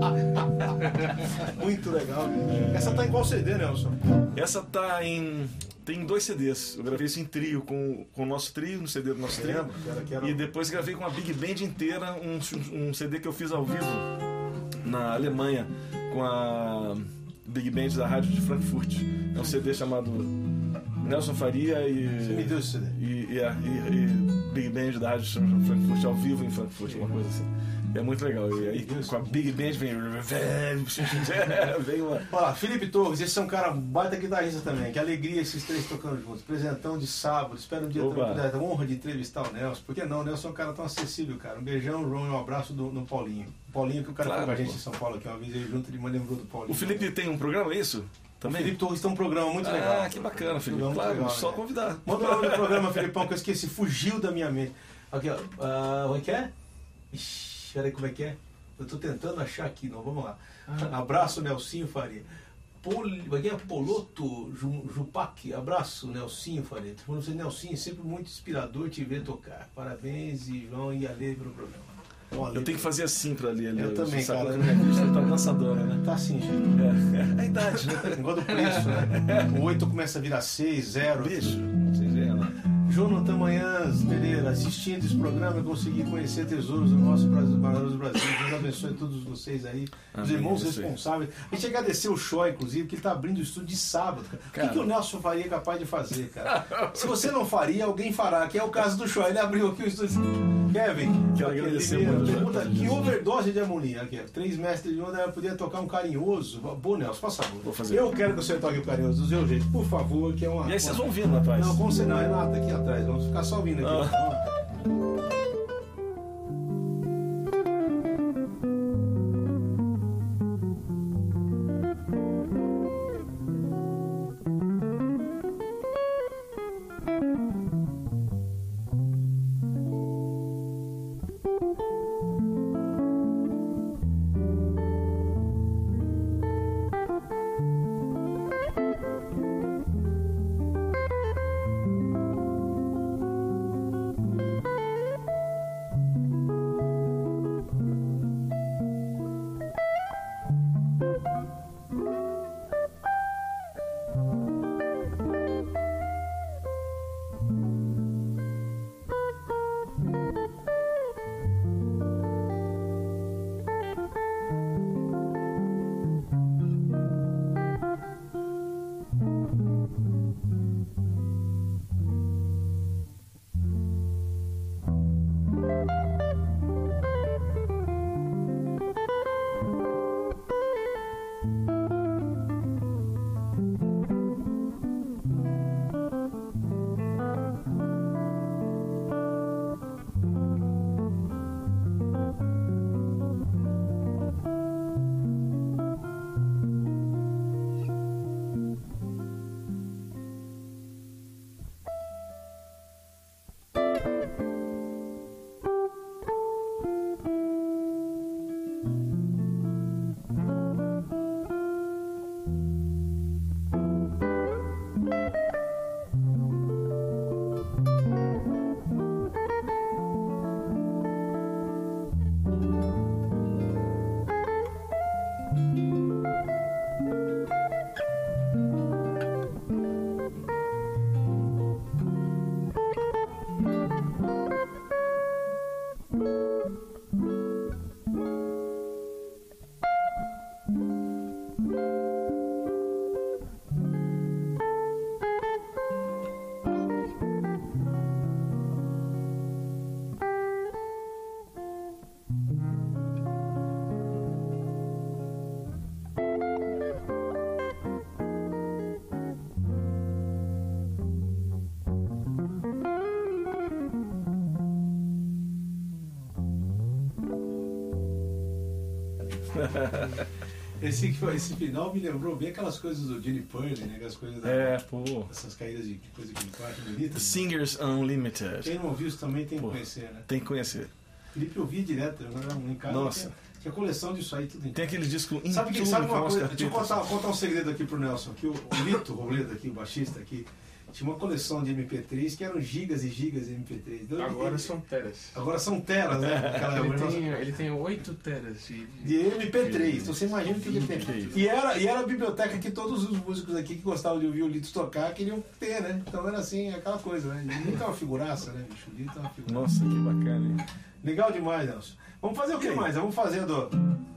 S1: Muito legal. Essa tá em qual CD, Nelson?
S2: Essa tá em... Tem 2 CDs. Eu gravei isso em trio, com o nosso trio, no CD do nosso trio. E depois gravei com a Big Band inteira um CD que eu fiz ao vivo na Alemanha com a Big Band da Rádio de Frankfurt. É um CD chamado Nelson Faria e...
S1: Você me deu esse CD.
S2: E Big Band da Rádio de Frankfurt, ao vivo em Frankfurt, uma coisa assim. É muito legal. E aí com a Big Band vem uma...
S1: Olha lá, Felipe Torres, esse é um cara baita guitarrista também. Que alegria esses 3 tocando juntos. Presentão de sábado. Espero um dia ter a honra de entrevistar o Nelson. Por que não? O Nelson é um cara tão acessível, cara. Um beijão, João, e um abraço no Paulinho. O Paulinho, que o cara foi com a gente em São Paulo aqui uma vez, ele junto, ele me lembrou do Paulinho.
S2: O Felipe tem um programa, é isso? Também?
S1: O Felipe Torres tem um programa muito legal.
S2: Ah, que bacana, Felipe. Claro, legal, só convidar.
S1: Manda o nome do programa, Felipão, que eu esqueci. Fugiu da minha mente. Aqui, ó. Como é que é? Ixi, peraí, como é que é? Eu tô tentando achar aqui, não. Vamos lá. Abraço, Nelsinho Faria. Poloto Jupac. Abraço, Nelsinho Faria. Você, Nelsinho, é sempre muito inspirador te ver tocar. Parabéns, João e Ale, pelo programa.
S2: Eu tenho que fazer assim pra ler ali.
S1: Eu também, cara.
S2: Você tá dançadora, né?
S1: Tá assim, gente.
S2: É a idade, né?
S1: Igual do preço, né? O 8 começa a virar 6, 0.
S2: Bicho, vocês veem lá.
S1: Jonathan Manhãs Pereira, assistindo esse programa, eu consegui conhecer tesouros do nosso maravilhoso Brasil. Deus abençoe todos vocês aí, os irmãos responsáveis. A gente agradecer o Choi, inclusive, que ele está abrindo o estúdio de sábado. Cara. O que o Nelson Faria é capaz de fazer, cara? Se você não faria, alguém fará, que é o caso do Choi. Ele abriu aqui o estúdio. Kevin,
S2: quero agradecer muito.
S1: Pergunta, que overdose de harmonia? Aqui, 3 mestres de onda, podia tocar um carinhoso. Bom, Nelson, por favor.
S2: Vou fazer.
S1: Eu quero que você toque o carinhoso do seu jeito, por favor, que é uma...
S2: E aí vocês vão vindo atrás.
S1: Não, como você não, Renata, aqui atrás. Vamos ficar só ouvindo aqui. Esse final me lembrou bem aquelas coisas do Gene Pearl, né? Aquelas coisas essas caídas de coisa que quarto bonita.
S2: Singers Unlimited.
S1: Quem não ouviu isso também tem que conhecer, né?
S2: Tem que conhecer.
S1: Felipe ouvia direto, em casa.
S2: Nossa.
S1: Tinha coleção disso aí, tudo em casa.
S2: Tem aquele disco
S1: Sabe uma coisa? Deixa eu contar um segredo aqui pro Nelson. Que o Lito Robledo aqui, o baixista aqui, Tinha uma coleção de MP3 que eram gigas e gigas de MP3. Então,
S3: Agora são teras.
S1: Agora são teras, né?
S3: Ele tem 8 teras
S1: de MP3. Então você imagina o que ele tem. E era a biblioteca que todos os músicos aqui que gostavam de ouvir o Litos tocar queriam ter, né? Então era assim, aquela coisa, né? O Lito é uma figuraça, né, bicho? O Lito é uma figuraça.
S2: Nossa, que bacana, hein?
S1: Legal demais, Nelson. Vamos fazer o que mais? Vamos fazendo...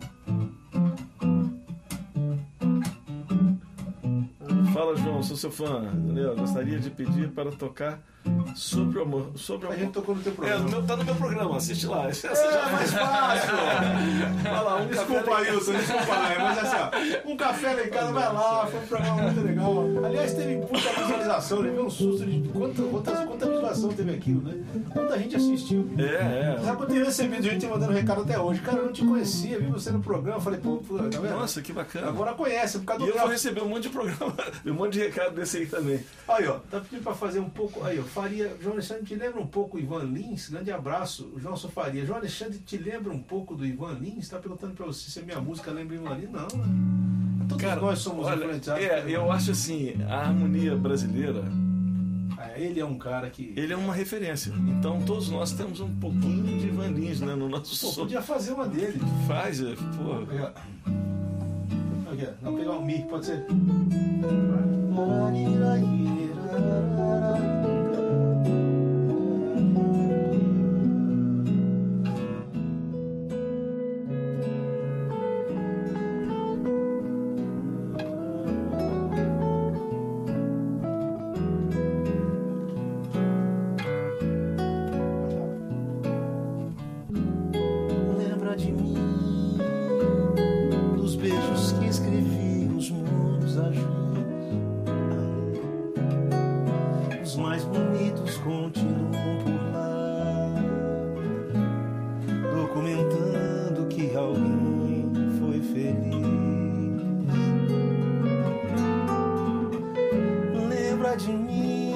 S2: Fala, João, sou seu fã. Eu gostaria de pedir para tocar sobre o amor.
S1: A gente tocou no teu programa.
S2: Tá no meu programa, assiste lá.
S1: Mais fácil! Vai lá, desculpa, Wilson, desculpa, mas assim, ó, um café lá em casa, vai lá, foi um programa muito legal. Aliás, teve muita visualização, levei um susto de quanta visualização teve aquilo, né? Quanta gente assistiu. Sabe quando eu recebi de gente mandando recado até hoje? Cara, eu não te conhecia, vi você no programa, eu falei, pô, tá vendo?
S2: Nossa, que bacana.
S1: Agora conhece, por causa do
S2: eu vou receber um monte de programa, um monte de recado desse aí também.
S1: Aí, ó, tá pedindo pra fazer um pouco. Aí, ó, Faria, João Alexandre, te lembra um pouco o Ivan Lins? Grande abraço, João Faria. João Alexandre, te lembra um pouco do Ivan Lins? Tá perguntando pra você se a minha música lembra o Ivan Lins? Não, né? Todos nós somos influenciados.
S2: Eu acho assim, a harmonia brasileira.
S1: Ele é um cara que...
S2: Ele é uma referência. Então todos nós temos um pouquinho de Ivan Lins, né, no nosso som.
S1: Podia fazer uma dele.
S2: Faz, pô.
S1: Não, pegar um mic, pode ser?
S5: Lembra de mim, dos beijos que escrevi nos muros da os mais bonitos continuam por lá, documentando que alguém foi feliz. Lembra de mim,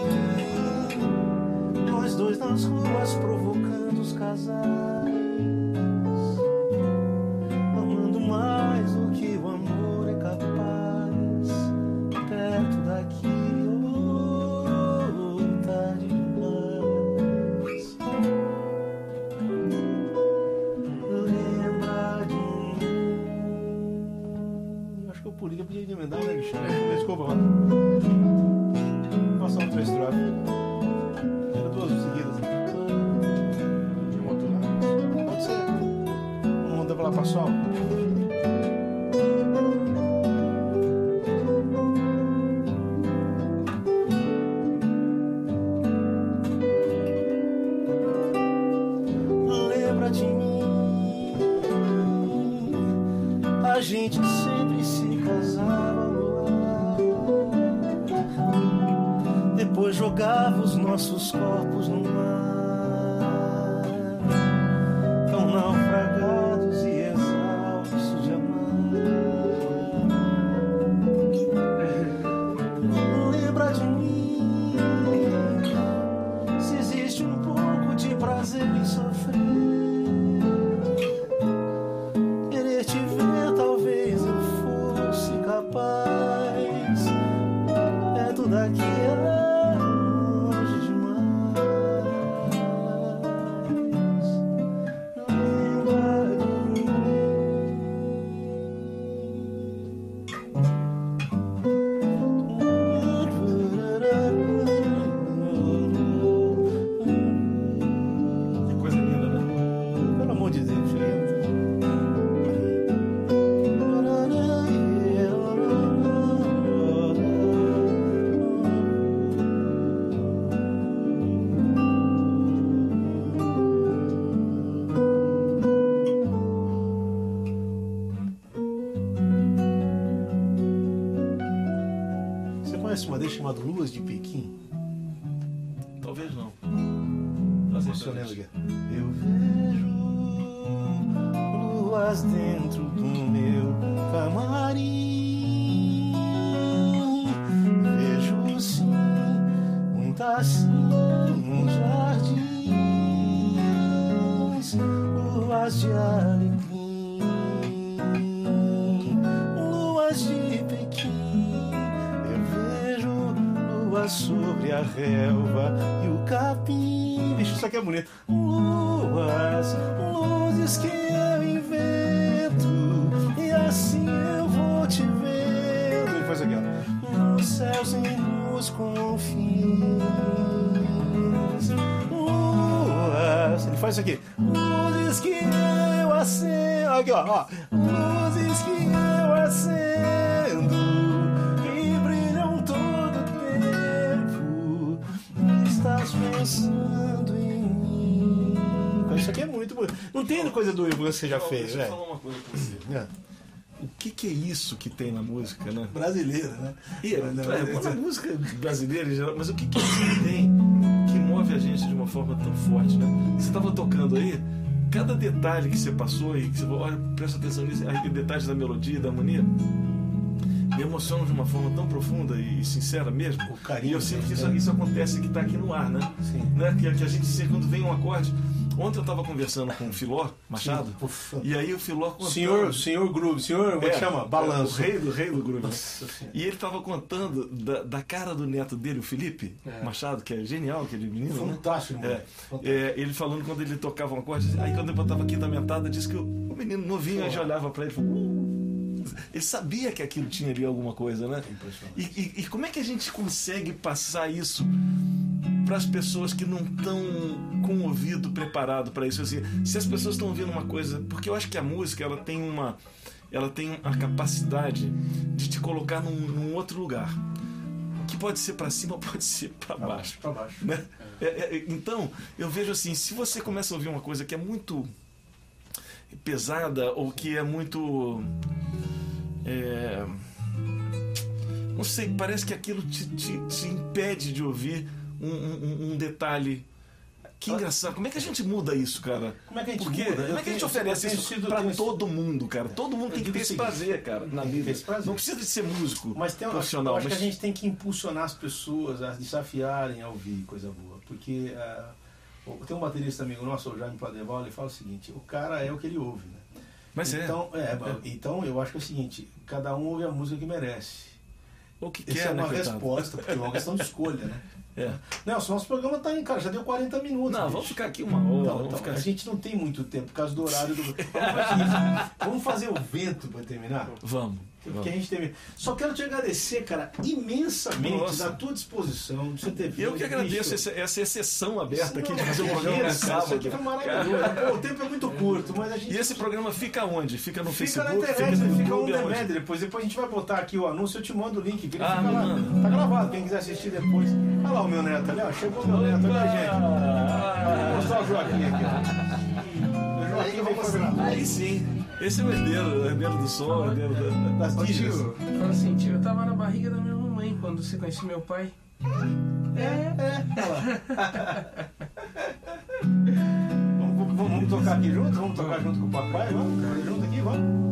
S5: nós dois nas ruas provocando os casais, amando mais do que o amor é capaz, perto daqui.
S1: Eu podia emendar, né, bicho? Desculpa, mano. Passar um 3 trocos. Era 2 seguidas.
S3: De um outro lado.
S1: Pode ser. Vamos mandar pra lá pra sol.
S5: Lembra de mim, a gente sempre se casava no ar, depois jogava os nossos corpos no mar, tão naufragados e exaustos de amar. Lembra de mim, se existe um pouco de prazer em sofrer, querer te ver, talvez eu fosse capaz, é tudo aqui é longe demais. Lembra de mim.
S1: Que coisa linda, né? Pelo amor de Deus, gente. Você conhece uma deles chamada Luas de Pequim?
S2: Talvez não.
S1: Funcionando aqui.
S5: Eu vejo luas dentro do meu camarim, vejo sim, muitas sim, nos jardins, luas de alecrim, luas de Pequim. Eu vejo
S1: lua sobre a relva e o capim. Bicho, isso aqui é bonito. Luas, luzes que eu invento, e assim eu vou te vendo. Ele faz aqui, ó. No céu sem luz confins. Luas, ele faz isso aqui. Luzes que eu acendo. Aqui, ó. Luzes que eu acendo e brilham todo o tempo. Estás pensando em mim. Isso aqui é muito bonito. Não tem coisa do Ivan que você já fez, né?
S2: Deixa eu falar uma coisa pra você.
S1: É.
S2: O que é isso que tem na música, né?
S1: Brasileira, né?
S2: Na música brasileira em geral, mas o que é isso que tem que move a gente de uma forma tão forte, né? Você estava tocando aí, cada detalhe que você passou e que você olha, presta atenção nisso, detalhes da melodia, da harmonia, me emocionam de uma forma tão profunda e sincera mesmo.
S1: O carinho.
S2: E eu sinto que isso acontece, que está aqui no ar, né?
S1: Sim.
S2: Né? Que a gente, quando vem um acorde. Ontem eu estava conversando com o Filó Machado, e aí o Filó contando...
S1: Senhor Groove, como é que chama? Balanço.
S2: O rei do Groove. E ele estava contando da cara do neto dele, o Felipe Machado, que é genial, aquele menino,
S1: fantástico,
S2: né? Ele falando quando ele tocava um acorde, aí quando ele botava a quinta mentada, disse que o menino novinho já olhava para ele e falou... Ele sabia que aquilo tinha ali alguma coisa, né? E como é que a gente consegue passar isso para as pessoas que não estão com o ouvido preparado para isso? Assim, se as pessoas estão ouvindo uma coisa, porque eu acho que a música ela tem a capacidade de te colocar num outro lugar, que pode ser para cima, pode ser para baixo, né? Então eu vejo assim, se você começa a ouvir uma coisa que é muito pesada ou que é muito não sei, parece que aquilo te impede de ouvir um detalhe. Que engraçado. Como é que a gente muda isso, cara?
S1: Como é que a gente
S2: muda? Como é que a gente oferece isso pra todo mundo, cara? Todo mundo tem que ter esse prazer, cara, na vida. Não precisa de ser músico profissional.
S1: Eu acho que a gente tem que impulsionar as pessoas a desafiarem a ouvir coisa boa. Porque tem um baterista amigo nosso, o Jaime Padeval, ele fala o seguinte: o cara é o que ele ouve, né?
S2: Mas
S1: então eu acho que é o seguinte: cada um ouve a música que merece.
S2: O que
S1: Essa
S2: quer,
S1: é uma
S2: né,
S1: resposta, porque é uma questão de escolha, né? Nelson, nosso programa tá aí, cara, já deu 40 minutos.
S2: Não, vamos ficar aqui uma hora.
S1: Então, a gente não tem muito tempo por causa do horário do. Vamos fazer o vento para terminar?
S2: Vamos.
S1: Porque a gente teve... Só quero te agradecer, cara, imensamente da tua disposição, de você ter vindo.
S2: Eu que agradeço essa exceção aberta aqui de fazer o programa no sábado.
S1: Isso aqui foi maravilhoso. O tempo é muito curto, mas a gente...
S2: E esse programa fica onde? Fica no Facebook?
S1: Fica na internet,
S2: fica no
S1: fica
S2: YouTube,
S1: on demand. Depois a gente vai botar aqui o anúncio, eu te mando o link. Fica lá. Tá gravado, quem quiser assistir depois. Olha lá o meu neto ali, ó. Chegou o meu neto, olha a gente. Vou mostrar o Joaquim aqui, ó. O Joaquim vai fazer.
S2: Aí sim. Esse é o herdeiro do som, o herdeiro das dígitas.
S3: Fala assim, tio, eu tava na barriga da minha mamãe quando você conheceu meu pai.
S1: Vamos tocar aqui junto? Vamos tocar junto com o papai? Vamos junto aqui, vamos?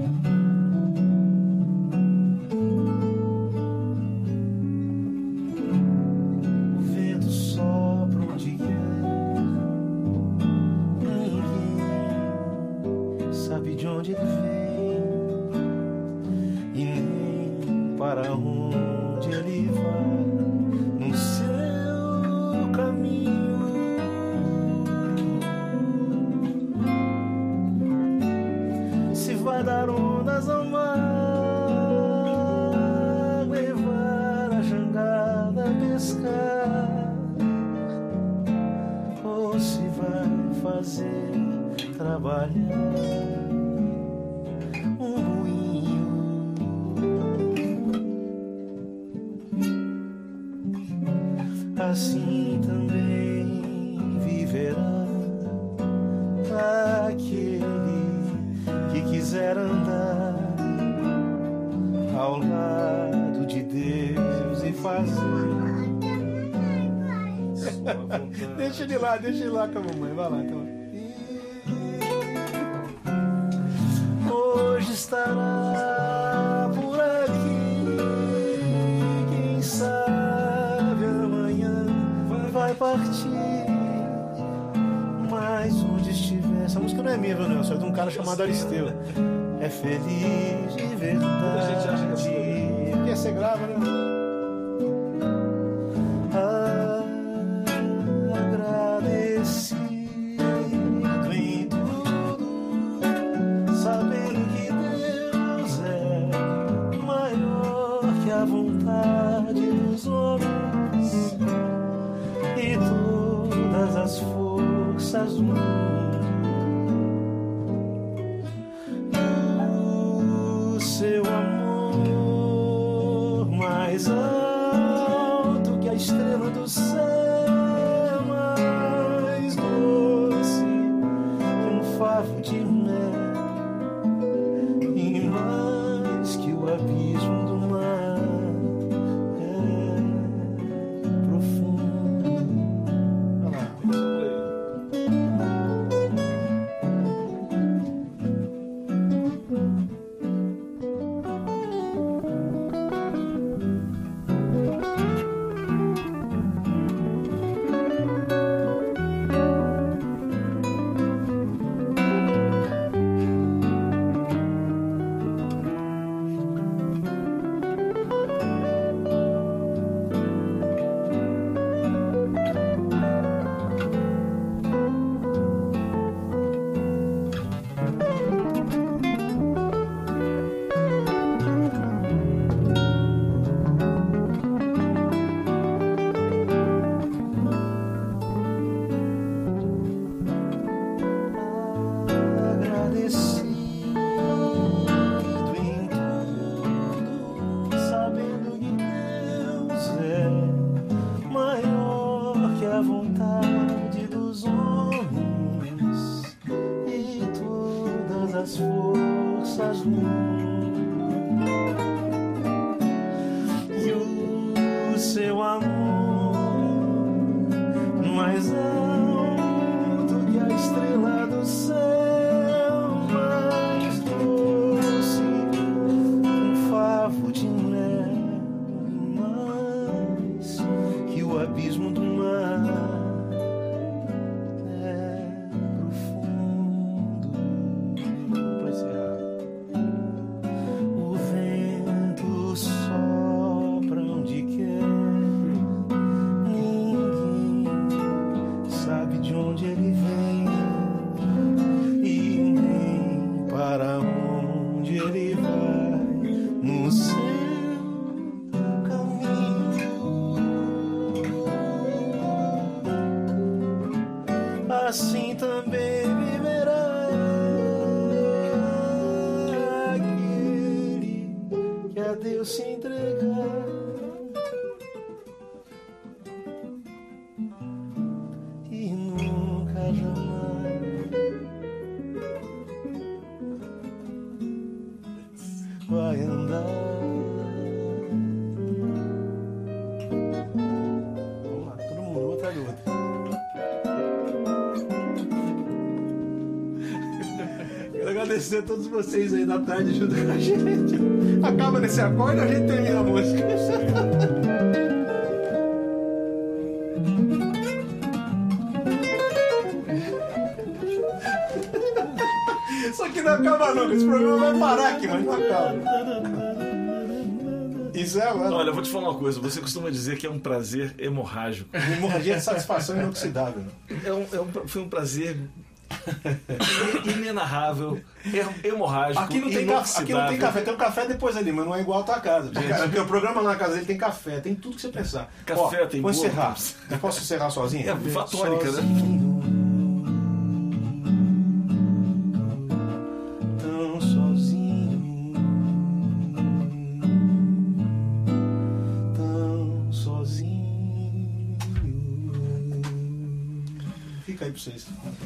S1: De onde ele vem e nem para onde ele vai no seu caminho. Se vai dar ondas ao mar, levar a jangada a pescar, ou se vai fazer trabalhar assim também viverá aquele que quiser andar ao lado de Deus e fazer. Deixa ele lá com a mamãe, vai lá então. Hoje estará por aqui, quem sabe amanhã vai partir, mas onde estiver... Essa música não é minha, viu, Nelson? É de um cara chamado Aristeu. É feliz de verdade.
S2: A gente acha que
S1: quer ser grava, né?
S5: O seu amor mais alto que a estrela do céu, mais doce que um favo de mel, e mais que o abismo do mar é profundo. Olha lá. As forças do mundo e o seu amor mais alto que a estrela do céu, mais doce um favo de mel, mais que o abismo do mar. Assim também viverá aquele que a Deus se entregar e nunca jamais vai andar. Vamos lá, todo mundo, um atrás do outro. Agradecer a todos vocês aí na tarde junto com a gente. Acaba nesse acorde e a gente termina a música. Só que não acaba nunca. Esse programa vai parar aqui, mas não acaba. Isso é agora.
S2: Olha, eu vou te falar uma coisa. Você costuma dizer que é um prazer hemorrágico.
S1: Hemorragia de satisfação inoxidável.
S2: Foi um prazer inenarrável, hemorrágico,
S1: aqui não tem café, tem um café depois ali, mas não é igual a tua casa. Porque o programa lá na casa dele tem café, tem tudo que você pensar.
S2: Café, tem
S1: vou encerrar. Eu posso encerrar sozinho?
S2: É vatônica, né?
S5: Tão sozinho, tão sozinho.
S1: Fica aí pra vocês.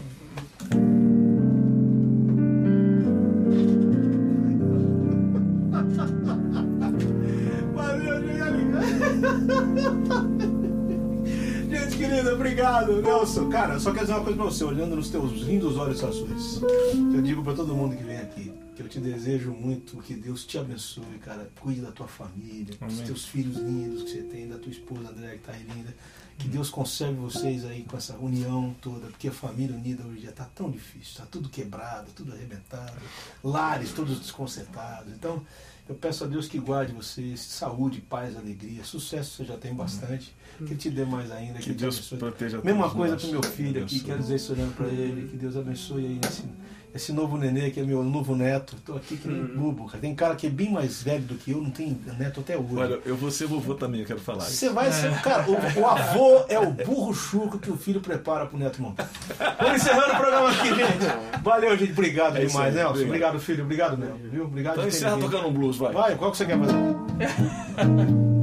S1: Gente querida, obrigado, Nelson. Cara, só quero dizer uma coisa pra você, olhando nos teus lindos olhos azuis. Eu digo pra todo mundo que vem aqui que eu te desejo muito que Deus te abençoe, cara. Cuide da tua família, dos teus filhos lindos que você tem, da tua esposa André, que tá aí linda. Que Deus conserve vocês aí com essa união toda, porque a família unida hoje em dia tá tão difícil, tá tudo quebrado, tudo arrebentado, lares todos desconcertados. Então, eu peço a Deus que guarde vocês, saúde, paz, alegria, sucesso você já tem bastante, que Ele te dê mais ainda.
S2: Que Deus proteja.
S1: Mesma coisa pro meu filho aqui, quero dizer isso olhando para ele, que Deus abençoe aí esse novo nenê, que é meu novo neto. Tô aqui que nem bobo, cara. Tem cara que é bem mais velho do que eu, não tem neto até hoje.
S2: Olha, eu vou ser vovô também, eu quero falar.
S1: Você vai ser, cara, o avô avô é o burro chucro que o filho prepara pro neto montar. Vamos encerrando o programa aqui, gente. Valeu, gente. Obrigado demais, Nelson. Obrigado, filho. Obrigado, Nelson. Viu? Obrigado.
S2: Então encerra tocando um blues, vai.
S1: Vai, qual que você quer fazer?